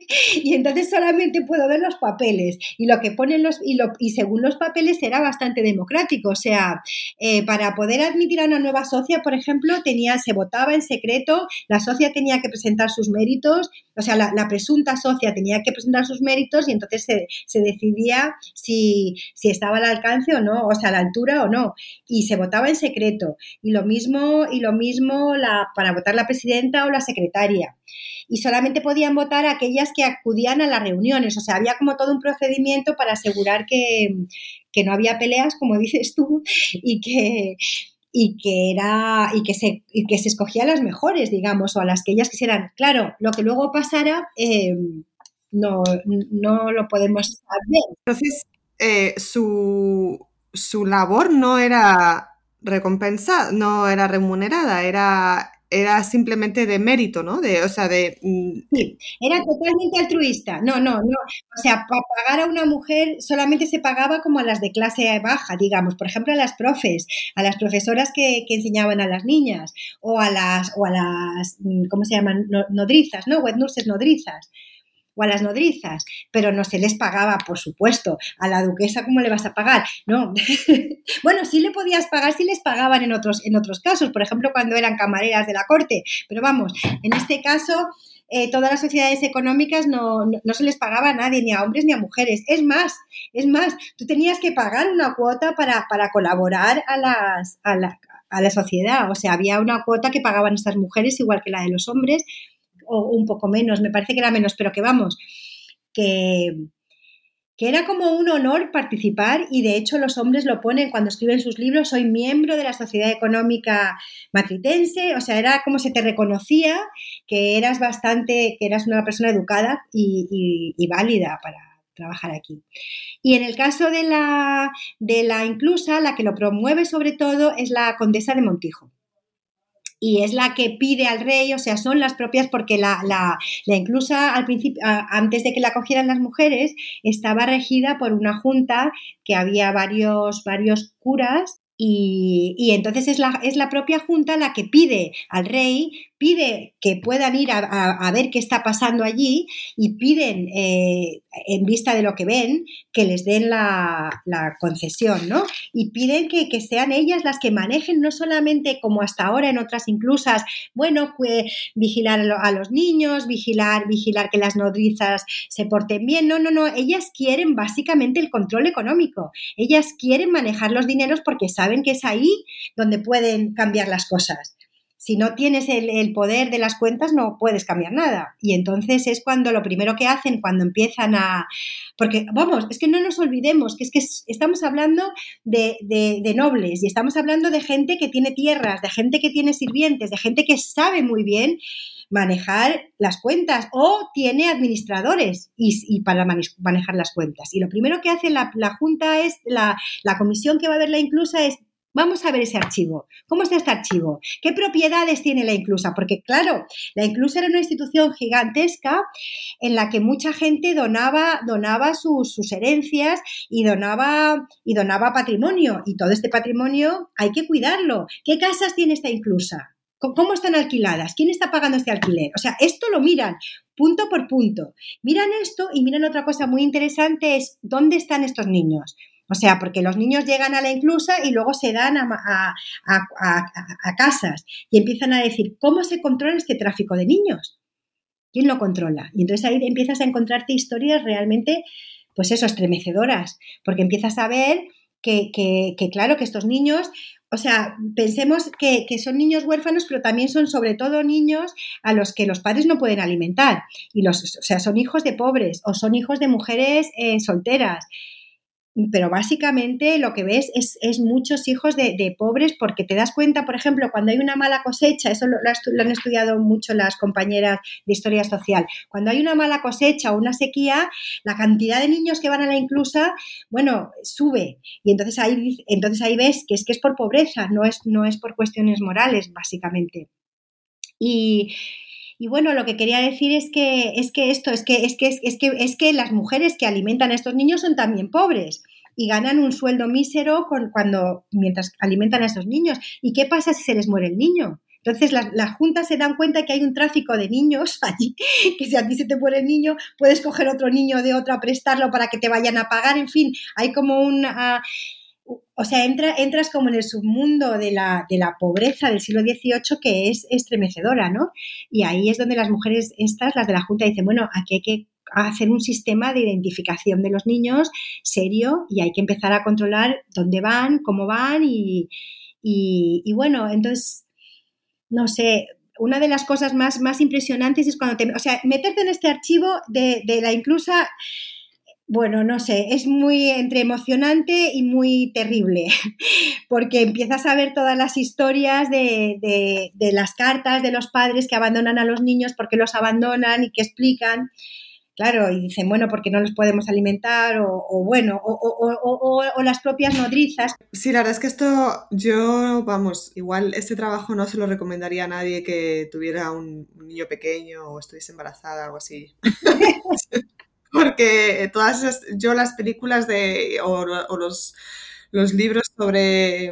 y entonces solamente puedo ver los papeles y lo que ponen los, y, lo, y según los papeles era bastante democrático, o sea, eh, para poder admitir a una nueva socia, por ejemplo, tenía, se votaba en secreto, la socia tenía que presentar sus méritos, o sea, la, la presunta socia tenía que presentar sus méritos y entonces se, se decidía si, si estaba al alcance o no, o sea, a la altura o no, y se votaba en secreto, y lo mismo, y lo mismo la, para votar la presidenta o la secretaria. Y solamente podían votar aquellas que acudían a las reuniones. O sea, había como todo un procedimiento para asegurar que, que no había peleas, como dices tú, y que, y que era y que se y que se escogía a las mejores, digamos, o a las que ellas quisieran. Claro, lo que luego pasara eh, no, no lo podemos saber. Entonces, eh, su, su labor no era recompensada, no era remunerada, era, era simplemente de mérito, ¿no? De, o sea, de... Sí, era totalmente altruista. No, no, no. O sea, para pagar a una mujer solamente se pagaba como a las de clase baja, digamos. Por ejemplo, a las profes, a las profesoras que, que enseñaban a las niñas o a las, o a las, ¿cómo se llaman? Nodrizas, ¿no? Wet nurses nodrizas. O a las nodrizas, pero no se les pagaba, por supuesto. A la duquesa, ¿cómo le vas a pagar? No. Bueno, sí le podías pagar si les pagaban en otros, en otros casos, por ejemplo, cuando eran camareras de la corte, pero vamos, en este caso, eh, todas las sociedades económicas no, no, no se les pagaba a nadie, ni a hombres ni a mujeres. Es más, es más, tú tenías que pagar una cuota para, para colaborar a, las, a, la, a la sociedad, o sea, había una cuota que pagaban estas mujeres igual que la de los hombres, o un poco menos, me parece que era menos, pero que vamos, que, que era como un honor participar y de hecho los hombres lo ponen cuando escriben sus libros, soy miembro de la Sociedad Económica Matritense, o sea, era como se te reconocía que eras bastante, que eras una persona educada y, y, y válida para trabajar aquí. Y en el caso de la, de la inclusa, la que lo promueve sobre todo es la condesa de Montijo. Y es la que pide al rey, o sea, son las propias, porque la, la, la inclusa al principio, antes de que la cogieran las mujeres, estaba regida por una junta que había varios, varios curas y, y entonces es la, es la propia junta la que pide al rey, pide que puedan ir a, a, a ver qué está pasando allí y piden, eh, en vista de lo que ven, que les den la, la concesión, ¿no? Y piden que, que sean ellas las que manejen, no solamente como hasta ahora en otras inclusas, bueno, pues, vigilar a los niños, vigilar, vigilar que las nodrizas se porten bien, no, no, no, ellas quieren básicamente el control económico, ellas quieren manejar los dineros porque saben que es ahí donde pueden cambiar las cosas. Si no tienes el, el poder de las cuentas, no puedes cambiar nada. Y entonces es cuando lo primero que hacen, cuando empiezan a... Porque, vamos, es que no nos olvidemos que es que estamos hablando de, de, de nobles y estamos hablando de gente que tiene tierras, de gente que tiene sirvientes, de gente que sabe muy bien manejar las cuentas o tiene administradores y, y para manejar las cuentas. Y lo primero que hace la, la Junta es, la, la comisión que va a ver la inclusa es, vamos a ver ese archivo. ¿Cómo está este archivo? ¿Qué propiedades tiene la inclusa? Porque, claro, la inclusa era una institución gigantesca en la que mucha gente donaba, donaba sus, sus herencias y donaba, y donaba patrimonio. Y todo este patrimonio hay que cuidarlo. ¿Qué casas tiene esta inclusa? ¿Cómo están alquiladas? ¿Quién está pagando este alquiler? O sea, esto lo miran punto por punto. Miran esto y miran otra cosa muy interesante, es ¿dónde están estos niños? O sea, porque los niños llegan a la inclusa y luego se dan a, a, a, a, a casas y empiezan a decir, ¿cómo se controla este tráfico de niños? ¿Quién lo controla? Y entonces ahí empiezas a encontrarte historias realmente, pues eso, estremecedoras, porque empiezas a ver que, que, que claro, que estos niños, O sea, pensemos que, que son niños huérfanos, pero también son sobre todo niños a los que los padres no pueden alimentar. Y los, o sea, son hijos de pobres o son hijos de mujeres eh, solteras. Pero básicamente lo que ves es, es muchos hijos de, de pobres, porque te das cuenta, por ejemplo, cuando hay una mala cosecha, eso lo, lo han estudiado mucho las compañeras de historia social, cuando hay una mala cosecha o una sequía, la cantidad de niños que van a la inclusa, bueno, sube. Y entonces ahí, entonces ahí ves que es que es por pobreza, no es, no es por cuestiones morales, básicamente. Y... Y bueno, lo que quería decir es que es que esto, es que, es que, es que, es que las mujeres que alimentan a estos niños son también pobres y ganan un sueldo mísero con, cuando, mientras alimentan a estos niños. ¿Y qué pasa si se les muere el niño? Entonces las la juntas se dan cuenta que hay un tráfico de niños allí, que si a ti se te muere el niño, puedes coger otro niño de otro a prestarlo para que te vayan a pagar. En fin, hay como un... Uh, O sea, entra, entras como en el submundo de la, de la pobreza del siglo dieciocho, que es estremecedora, ¿no? Y ahí es donde las mujeres estas, las de la Junta, dicen, bueno, aquí hay que hacer un sistema de identificación de los niños serio y hay que empezar a controlar dónde van, cómo van y, y, y bueno, entonces, no sé... Una de las cosas más, más impresionantes es cuando te... O sea, meterte en este archivo de, de la inclusa... Bueno, no sé, es muy entre emocionante y muy terrible, porque empiezas a ver todas las historias de, de, de las cartas de los padres que abandonan a los niños, por qué los abandonan y qué explican. Claro, y dicen, bueno, porque no los podemos alimentar o, o bueno, o, o, o, o, o las propias nodrizas. Sí, la verdad es que esto yo, vamos, igual este trabajo no se lo recomendaría a nadie que tuviera un, un niño pequeño o estuviese embarazada, algo así. Porque todas esas, yo las películas de o, o los, los libros sobre,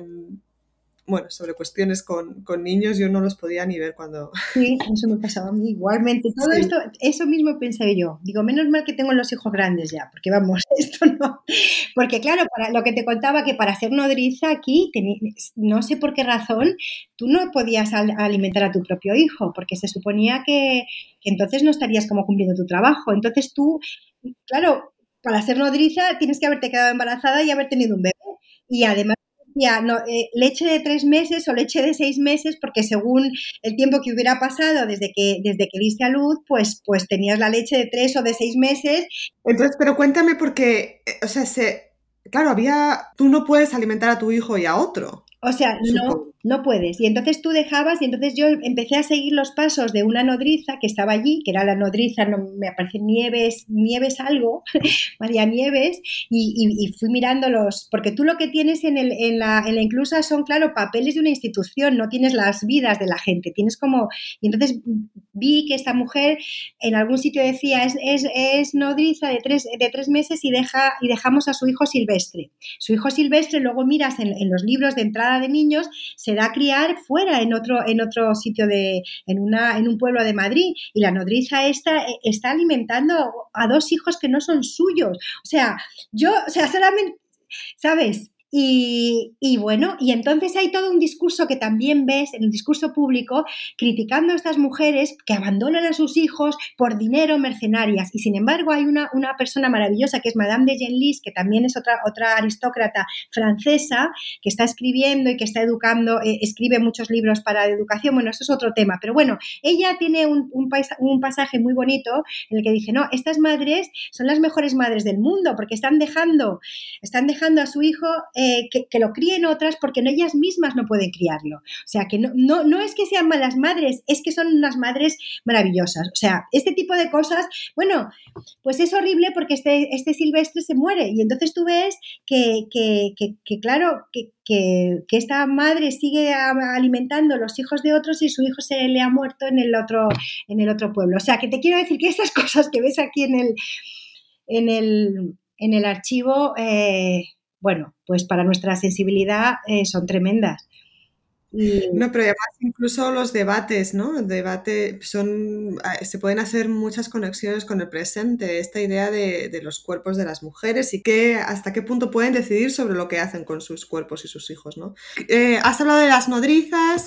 bueno, sobre cuestiones con, con niños, yo no los podía ni ver cuando... Sí, eso me pasaba a mí igualmente. Todo sí. Esto, eso mismo pensé yo. Digo, menos mal que tengo los hijos grandes ya, porque vamos, esto no... Porque claro, para lo que te contaba, que para ser nodriza aquí, tení, no sé por qué razón, tú no podías al, alimentar a tu propio hijo, porque se suponía que, que entonces no estarías como cumpliendo tu trabajo. Entonces tú, claro, para ser nodriza tienes que haberte quedado embarazada y haber tenido un bebé. Y además... Ya, no, eh, leche de tres meses o leche de seis meses, porque según el tiempo que hubiera pasado desde que, desde que diste a luz, pues, pues tenías la leche de tres o de seis meses. Entonces, pero cuéntame porque, o sea, se, claro, había, tú no puedes alimentar a tu hijo y a otro. O sea, no, no puedes. Y entonces tú dejabas, y entonces yo empecé a seguir los pasos de una nodriza que estaba allí, que era la nodriza, no, me aparece Nieves, Nieves algo, María Nieves, y, y, y fui mirando los, porque tú lo que tienes en, el, en, la, en la inclusa son, claro, papeles de una institución, no tienes las vidas de la gente, tienes como, y entonces vi que esta mujer en algún sitio decía, es, es, es nodriza de tres, de tres meses y, deja, y dejamos a su hijo silvestre. Su hijo silvestre, luego miras en, en los libros de entrada de niños, se da a criar fuera en otro, en otro sitio de, en una, en un pueblo de Madrid, y la nodriza esta está alimentando a dos hijos que no son suyos. O sea, yo, o sea, solamente, ¿sabes? Y, y bueno, y entonces hay todo un discurso que también ves en el discurso público criticando a estas mujeres que abandonan a sus hijos por dinero, mercenarias. Y sin embargo hay una, una persona maravillosa que es Madame de Genlis, que también es otra, otra aristócrata francesa, que está escribiendo y que está educando, eh, escribe muchos libros para educación. Bueno, eso es otro tema. Pero bueno, ella tiene un, un, paisa, un pasaje muy bonito en el que dice, no, estas madres son las mejores madres del mundo porque están dejando, están dejando a su hijo... Eh, Eh, que, que lo críen otras porque no, ellas mismas no pueden criarlo. O sea, que no, no, no es que sean malas madres, es que son unas madres maravillosas. O sea, este tipo de cosas, bueno, pues es horrible porque este, este silvestre se muere y entonces tú ves que, que, que, que claro, que, que, que esta madre sigue alimentando los hijos de otros y su hijo se le ha muerto en el otro, en el otro pueblo. O sea, que te quiero decir que estas cosas que ves aquí en el, en el, en el archivo... Eh, bueno, pues para nuestra sensibilidad eh, son tremendas. Y... No, pero además incluso los debates, ¿no? El debate son, se pueden hacer muchas conexiones con el presente, esta idea de, de los cuerpos de las mujeres y que hasta qué punto pueden decidir sobre lo que hacen con sus cuerpos y sus hijos, ¿no? Eh, has hablado de las nodrizas.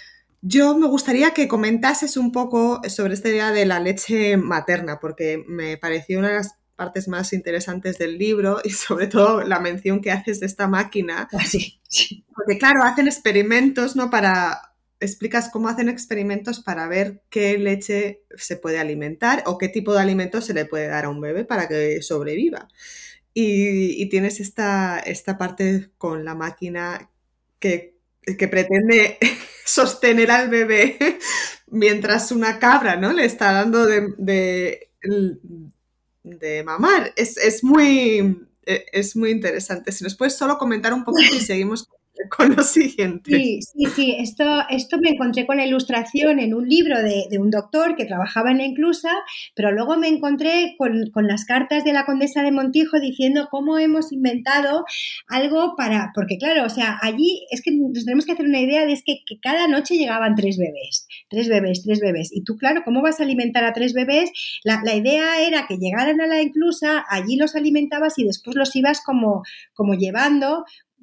Yo me gustaría que comentases un poco sobre esta idea de la leche materna, porque me pareció una de las partes más interesantes del libro y sobre todo la mención que haces de esta máquina. Así, sí. Porque claro, hacen experimentos, ¿no? Para, explicas cómo hacen experimentos para ver qué leche se puede alimentar o qué tipo de alimento se le puede dar a un bebé para que sobreviva. Y, y tienes esta, esta parte con la máquina que, que pretende sostener al bebé mientras una cabra, ¿no? Le está dando de, de, de mamar. Es, es, muy, es muy interesante. Si nos puedes solo comentar un poquito y seguimos con lo siguiente. Sí, sí, sí. Esto, esto me encontré con la ilustración en un libro de, de un doctor que trabajaba en la Inclusa, pero luego me encontré con, con las cartas de la condesa de Montijo diciendo cómo hemos inventado algo para... Porque claro, o sea, allí es que nos tenemos que hacer una idea de es que, que cada noche llegaban tres bebés, tres bebés, tres bebés. Y tú, claro, ¿cómo vas a alimentar a tres bebés? La, la idea era que llegaran a la Inclusa, allí los alimentabas y después los ibas como, como llevando...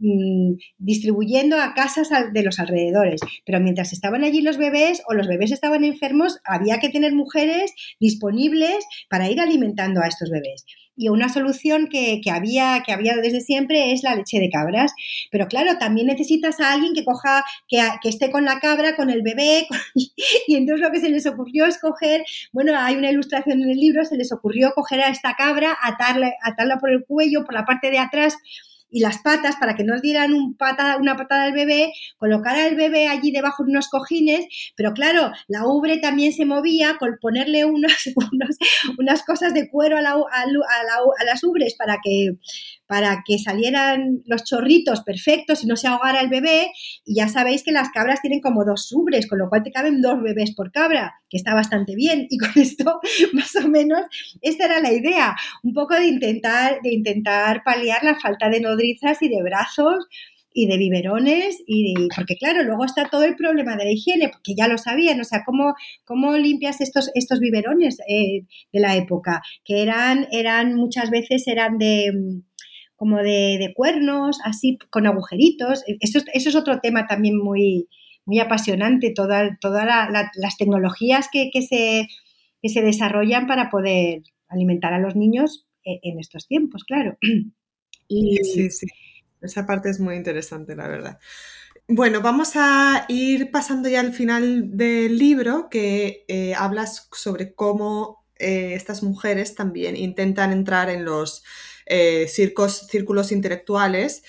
distribuyendo a casas de los alrededores, pero mientras estaban allí los bebés o los bebés estaban enfermos, había que tener mujeres disponibles para ir alimentando a estos bebés. Y una solución que, que, había, que había desde siempre es la leche de cabras. Pero claro, también necesitas a alguien que coja, que, que esté con la cabra, con el bebé, con, y entonces lo que se les ocurrió es coger, bueno, hay una ilustración en el libro, se les ocurrió coger a esta cabra, atarla, atarla por el cuello, por la parte de atrás, y las patas para que no os dieran un patada, una patada al bebé, colocar al bebé allí debajo de unos cojines, pero claro, la ubre también se movía con ponerle unos, unos, unas cosas de cuero a, la, a, la, a las ubres para que, para que salieran los chorritos perfectos y no se ahogara el bebé, y ya sabéis que las cabras tienen como dos ubres, con lo cual te caben dos bebés por cabra, que está bastante bien, y con esto más o menos esta era la idea, un poco de intentar, de intentar paliar la falta de nodrizas y de brazos y de biberones, y de, porque claro, luego está todo el problema de la higiene, porque ya lo sabían, o sea, cómo, cómo limpias estos, estos biberones eh, de la época, que eran, eran muchas veces eran de... como de, de cuernos, así con agujeritos. Eso, eso es otro tema también muy, muy apasionante, todas toda la, la, las tecnologías que, que, se, que se desarrollan para poder alimentar a los niños en estos tiempos, claro. Y... Sí, sí, esa parte es muy interesante, la verdad. Bueno, vamos a ir pasando ya al final del libro, que eh, hablas sobre cómo eh, estas mujeres también intentan entrar en los eh, circos, círculos intelectuales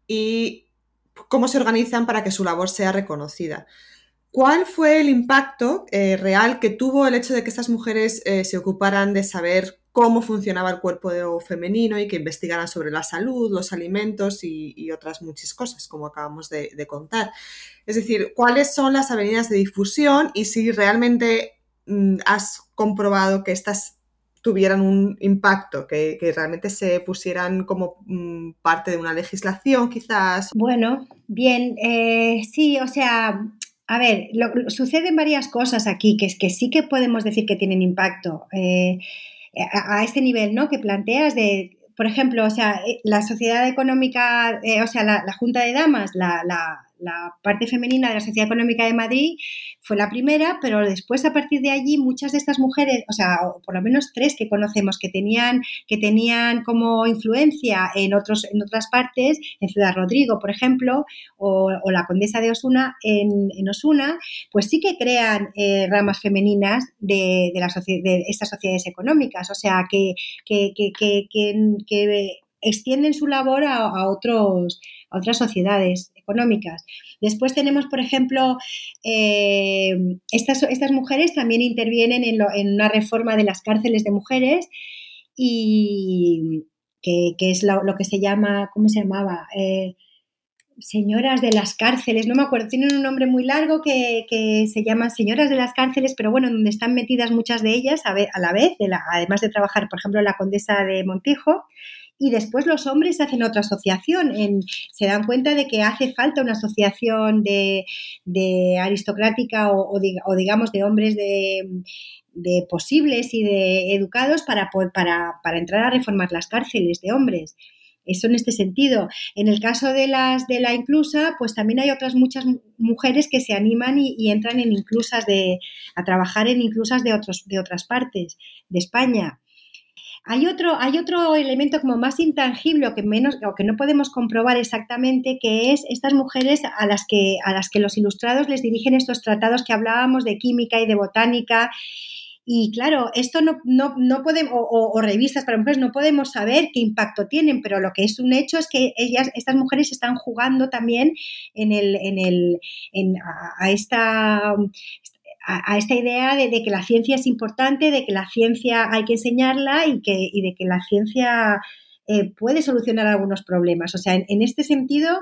y cómo se organizan para que su labor sea reconocida. ¿Cuál fue el impacto eh, real que tuvo el hecho de que estas mujeres eh, se ocuparan de saber cómo funcionaba el cuerpo femenino y que investigaran sobre la salud, los alimentos y, y otras muchas cosas, como acabamos de, de contar? Es decir, ¿cuáles son las avenidas de difusión y si realmente mm, has comprobado que estas tuvieran un impacto, que, que realmente se pusieran como mm, parte de una legislación, quizás? Bueno, bien, eh, sí, o sea... A ver, lo, lo, suceden varias cosas aquí que, es que sí que podemos decir que tienen impacto eh, a, a este nivel, ¿no? Que planteas de, por ejemplo, o sea, la sociedad económica, eh, o sea, la, la Junta de Damas, la, la, la parte femenina de la Sociedad Económica de Madrid fue la primera, pero después a partir de allí muchas de estas mujeres, o sea, o por lo menos tres que conocemos que tenían, que tenían como influencia en, otros, en otras partes, en Ciudad Rodrigo, por ejemplo, o, o la Condesa de Osuna en, en Osuna, pues sí que crean eh, ramas femeninas de, de, la de estas sociedades económicas, o sea, que, que, que, que, que, que extienden su labor a, a, otros, a otras sociedades económicas. Después tenemos, por ejemplo, eh, estas, estas mujeres también intervienen en, lo, en una reforma de las cárceles de mujeres y que, que es lo, lo que se llama, ¿cómo se llamaba? Eh, señoras de las cárceles, no me acuerdo, tienen un nombre muy largo que, que se llama señoras de las cárceles, pero bueno, donde están metidas muchas de ellas a, ve, a la vez, de la, además de trabajar, por ejemplo, la Condesa de Montijo. Y después los hombres hacen otra asociación, en, se dan cuenta de que hace falta una asociación de, de aristocrática o, o, de, o digamos de hombres de, de posibles y de educados para, para, para entrar a reformar las cárceles de hombres. Eso en este sentido. En el caso de las de la Inclusa, pues también hay otras muchas mujeres que se animan y, y entran en inclusas de, a trabajar en inclusas de, otros, de otras partes de España. Hay otro, hay otro elemento como más intangible o que menos, o que no podemos comprobar exactamente, que es estas mujeres a las que, a las que los ilustrados les dirigen estos tratados que hablábamos de química y de botánica. Y claro, esto no, no, no podemos, o, o, o revistas para mujeres, no podemos saber qué impacto tienen, pero lo que es un hecho es que ellas, estas mujeres están jugando también en el, en el, en, a, a esta, a, a esta idea de, de que la ciencia es importante, de que la ciencia hay que enseñarla y, que, y de que la ciencia eh, puede solucionar algunos problemas. O sea, en, en este sentido,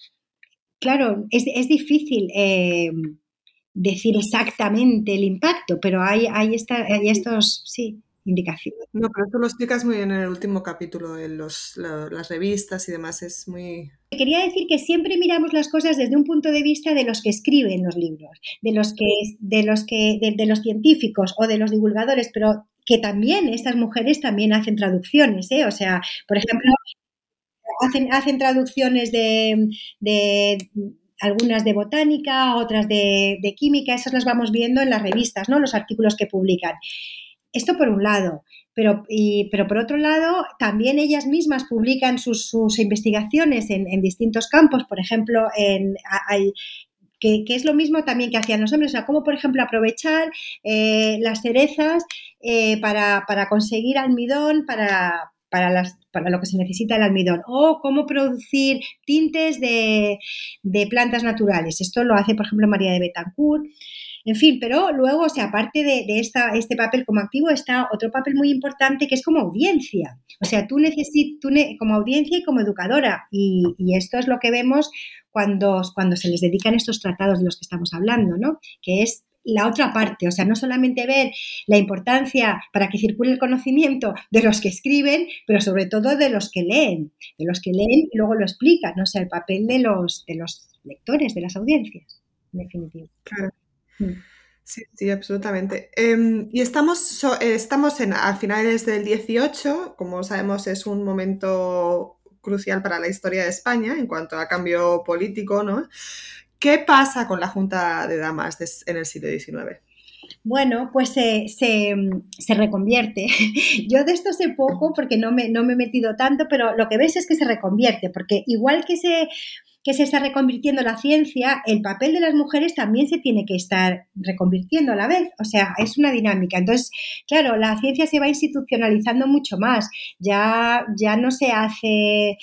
claro, es, es difícil eh, decir exactamente el impacto, pero hay, hay, esta, hay estos, sí, indicaciones. No, pero tú lo explicas muy bien en el último capítulo, en los, la, las revistas y demás, es muy... Quería decir que siempre miramos las cosas desde un punto de vista de los que escriben los libros, de los que, de los que, de, de los científicos o de los divulgadores, pero que también estas mujeres también hacen traducciones, ¿eh? O sea, por ejemplo, hacen, hacen traducciones de, de algunas de botánica, otras de, de química, esas las vamos viendo en las revistas, ¿no? Los artículos que publican. Esto por un lado, pero, y, pero por otro lado, también ellas mismas publican sus, sus investigaciones en, en distintos campos, por ejemplo, en, hay, que, que es lo mismo también que hacían los hombres, o sea, cómo, por ejemplo, aprovechar eh, las cerezas eh, para, para conseguir almidón, para... Para, las, para lo que se necesita el almidón, o cómo producir tintes de, de plantas naturales. Esto lo hace, por ejemplo, María de Betancourt. En fin, pero luego, o sea, aparte de, de esta, este papel como activo, está otro papel muy importante que es como audiencia. O sea, tú necesitas, tú ne, como audiencia y como educadora. Y, y esto es lo que vemos cuando, cuando se les dedican estos tratados de los que estamos hablando, ¿no? Que es la otra parte, o sea, no solamente ver la importancia para que circule el conocimiento de los que escriben, pero sobre todo de los que leen, de los que leen y luego lo explican, ¿no? O sea, el papel de los, de los lectores, de las audiencias, en definitiva. Claro. Sí, sí, absolutamente. Eh, y estamos, so, eh, estamos en, a finales del dieciocho, como sabemos es un momento crucial para la historia de España en cuanto a cambio político, ¿no? ¿Qué pasa con la Junta de Damas de, en el siglo diecinueve? Bueno, pues se, se, se reconvierte. Yo de esto sé poco porque no me, no me he metido tanto, pero lo que ves es que se reconvierte, porque igual que se, que se está reconvirtiendo la ciencia, el papel de las mujeres también se tiene que estar reconvirtiendo a la vez. O sea, es una dinámica. Entonces, claro, la ciencia se va institucionalizando mucho más. Ya, ya no se hace...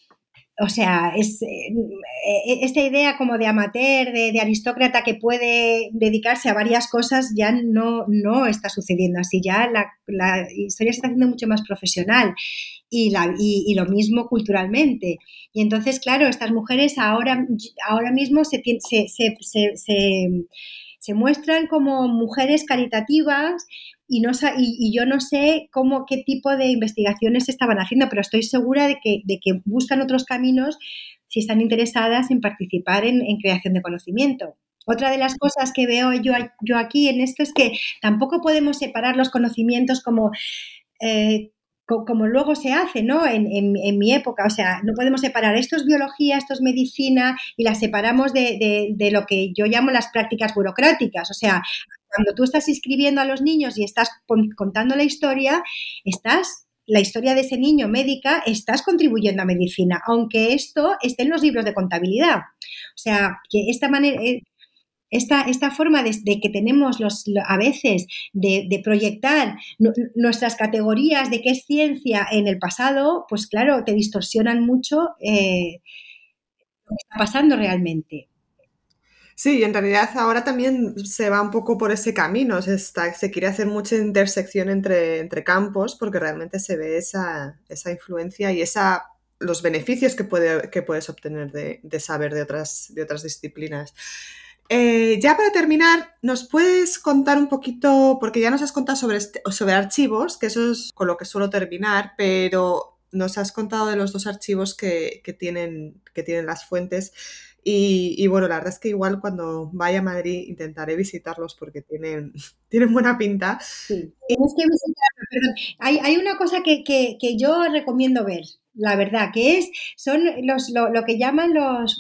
O sea, es, eh, esta idea como de amateur, de, de aristócrata que puede dedicarse a varias cosas ya no, no está sucediendo así. Ya la, la historia se está haciendo mucho más profesional y, la, y, y lo mismo culturalmente. Y entonces, claro, estas mujeres ahora, ahora mismo se, se, se, se, se, se muestran como mujeres caritativas. Y, no, y, y yo no sé cómo, qué tipo de investigaciones estaban haciendo, pero estoy segura de que, de que buscan otros caminos si están interesadas en participar en, en creación de conocimiento. Otra de las cosas que veo yo, yo aquí en esto es que tampoco podemos separar los conocimientos como... Eh, como luego se hace, ¿no? En, en, en mi época, o sea, no podemos separar esto es biología, esto es medicina y las separamos de, de, de lo que yo llamo las prácticas burocráticas, o sea, cuando tú estás inscribiendo a los niños y estás contando la historia, estás, la historia de ese niño médica, estás contribuyendo a medicina, aunque esto esté en los libros de contabilidad. O sea, que esta manera... Esta, esta forma de, de que tenemos los, a veces de, de proyectar n- nuestras categorías de qué es ciencia en el pasado, pues claro, te distorsionan mucho eh, lo que está pasando realmente. Sí, en realidad ahora también se va un poco por ese camino, se, está, se quiere hacer mucha intersección entre, entre campos porque realmente se ve esa, esa influencia y esa, los beneficios que, puede, que puedes obtener de, de saber de otras, de otras disciplinas. Eh, ya para terminar, ¿nos puedes contar un poquito, porque ya nos has contado sobre, este, sobre archivos, que eso es con lo que suelo terminar, pero nos has contado de los dos archivos que, que, tienen, que tienen las fuentes y, y bueno, la verdad es que igual cuando vaya a Madrid intentaré visitarlos porque tienen, tienen buena pinta. Sí, tienes que visitarlos, perdón. Hay, hay una cosa que, que, que yo recomiendo ver, la verdad, que es, son los, lo, lo que llaman los...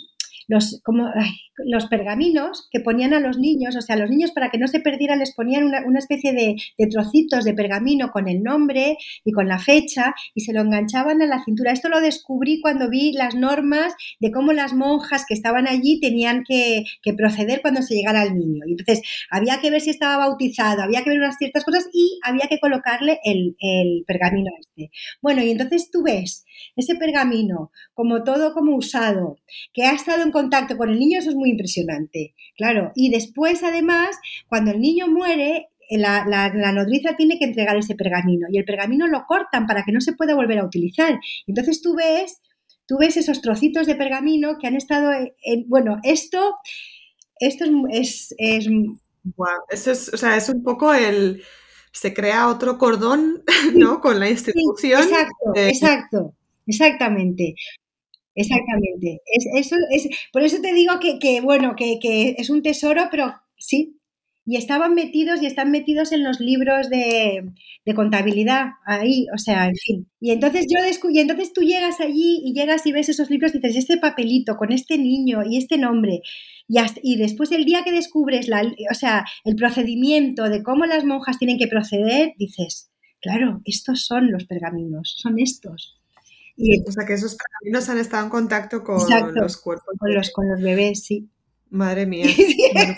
los, como, ay, los pergaminos que ponían a los niños, o sea, los niños para que no se perdieran les ponían una, una especie de, de trocitos de pergamino con el nombre y con la fecha y se lo enganchaban a la cintura. Esto lo descubrí cuando vi las normas de cómo las monjas que estaban allí tenían que, que proceder cuando se llegara al niño. Y entonces había que ver si estaba bautizado, había que ver unas ciertas cosas y había que colocarle el, el pergamino este. Bueno, y entonces tú ves ese pergamino como todo como usado, que ha estado en contacto con el niño, eso es muy impresionante, claro. Y después, además, cuando el niño muere, la, la, la nodriza tiene que entregar ese pergamino y el pergamino lo cortan para que no se pueda volver a utilizar. Entonces tú ves, tú ves esos trocitos de pergamino que han estado en, en, bueno, esto, esto es... es, es wow, eso es, o sea, es un poco el... Se crea otro cordón, ¿no? Con la institución. Sí, exacto, eh, exacto, exactamente. Exactamente. Es, eso, es, por eso te digo que, que bueno, que, que es un tesoro, pero sí. Y estaban metidos y están metidos en los libros de, de contabilidad, ahí, o sea, en fin. Y entonces yo descu- y entonces tú llegas allí y llegas y ves esos libros y dices, este papelito con este niño y este nombre. Y, hasta, y después el día que descubres la, o sea, el procedimiento de cómo las monjas tienen que proceder, dices, claro, estos son los pergaminos, son estos. Y, o sea, que esos pergaminos han estado en contacto con exacto, los cuerpos. Con los, con los bebés, sí. Madre mía. Bueno.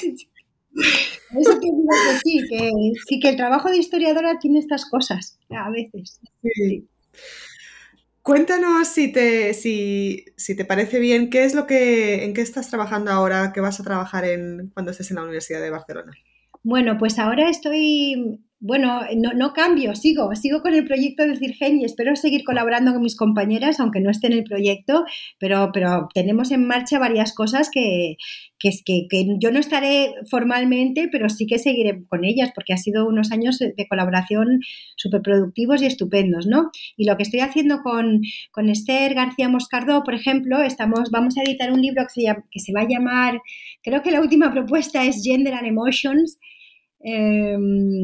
Eso te digo que sí, que sí, que el trabajo de historiadora tiene estas cosas, a veces. Sí. Sí. Cuéntanos si te, si, si te parece bien, ¿qué es lo que, en qué estás trabajando ahora, qué vas a trabajar en, cuando estés en la Universidad de Barcelona? Bueno, pues ahora estoy, bueno, no, no cambio, sigo, sigo con el proyecto de Cirgen y espero seguir colaborando con mis compañeras, aunque no esté en el proyecto, pero, pero tenemos en marcha varias cosas que, que, que, que yo no estaré formalmente, pero sí que seguiré con ellas, porque ha sido unos años de colaboración súper productivos y estupendos, ¿no? Y lo que estoy haciendo con, con Esther García Moscardó, por ejemplo, estamos, vamos a editar un libro que se, llama, que se va a llamar, creo que la última propuesta es Gender and Emotions, Eh,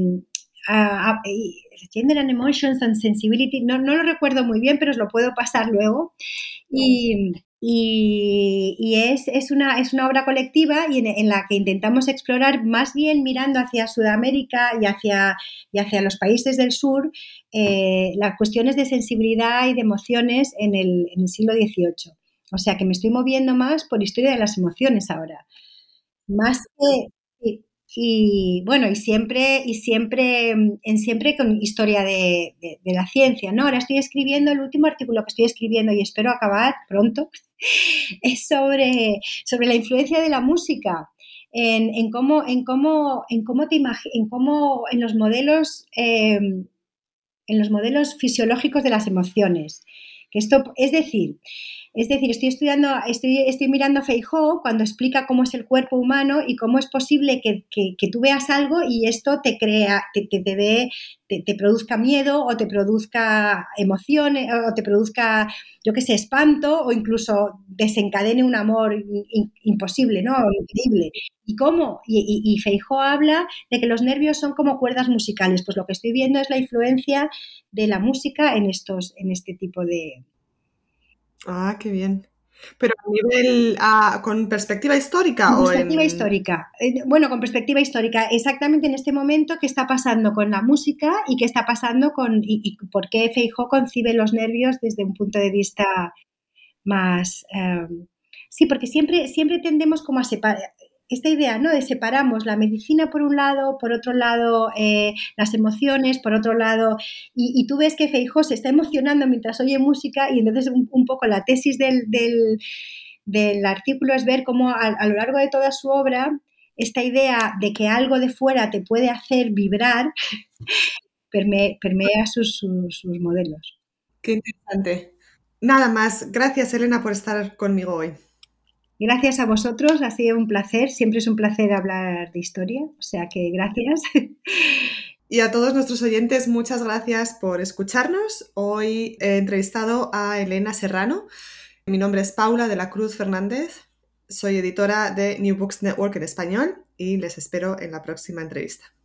uh, uh, Gender and Emotions and Sensibility, no, no lo recuerdo muy bien, pero os lo puedo pasar luego. Y, y, y es, es, una, es una obra colectiva y en, en la que intentamos explorar, más bien mirando hacia Sudamérica y hacia, y hacia los países del sur, eh, las cuestiones de sensibilidad y de emociones en el, en el siglo dieciocho. O sea que me estoy moviendo más por historia de las emociones ahora. Más que... Sí. Y bueno, y siempre, y siempre, en siempre con historia de, de, de la ciencia, ¿no? Ahora estoy escribiendo, el último artículo que estoy escribiendo y espero acabar pronto, es sobre, sobre la influencia de la música en, en cómo, en cómo, en cómo te imagi- en cómo en los modelos, eh, en los modelos fisiológicos de las emociones. Que esto, es decir, Es decir, estoy estudiando, estoy, estoy mirando a Feijóo cuando explica cómo es el cuerpo humano y cómo es posible que, que, que tú veas algo y esto te crea, te, te, te dé, te, te produzca miedo o te produzca emociones o te produzca, yo qué sé, espanto o incluso desencadene un amor in, imposible, ¿no? Increíble. ¿Y cómo? Y, y, y Feijóo habla de que los nervios son como cuerdas musicales. Pues lo que estoy viendo es la influencia de la música en estos, en este tipo de... Ah, qué bien. Pero a nivel, ah, ¿con perspectiva histórica Con o perspectiva en...? histórica. Eh, bueno, con perspectiva histórica, exactamente en este momento qué está pasando con la música y qué está pasando con... y, y por qué Feijóo concibe los nervios desde un punto de vista más... Eh, sí, porque siempre, siempre tendemos como a separar... Esta idea, ¿no? De separamos la medicina por un lado, por otro lado eh, las emociones, por otro lado, y, y tú ves que Feijóo se está emocionando mientras oye música y entonces un, un poco la tesis del, del, del artículo es ver cómo a, a lo largo de toda su obra esta idea de que algo de fuera te puede hacer vibrar permea, permea sus, sus, sus modelos. Qué interesante. Nada más. Gracias, Elena, por estar conmigo hoy. Gracias a vosotros, ha sido un placer, siempre es un placer hablar de historia, o sea que gracias. Y a todos nuestros oyentes, muchas gracias por escucharnos. Hoy he entrevistado a Elena Serrano. Mi nombre es Paula de la Cruz Fernández, soy editora de New Books Network en español y les espero en la próxima entrevista.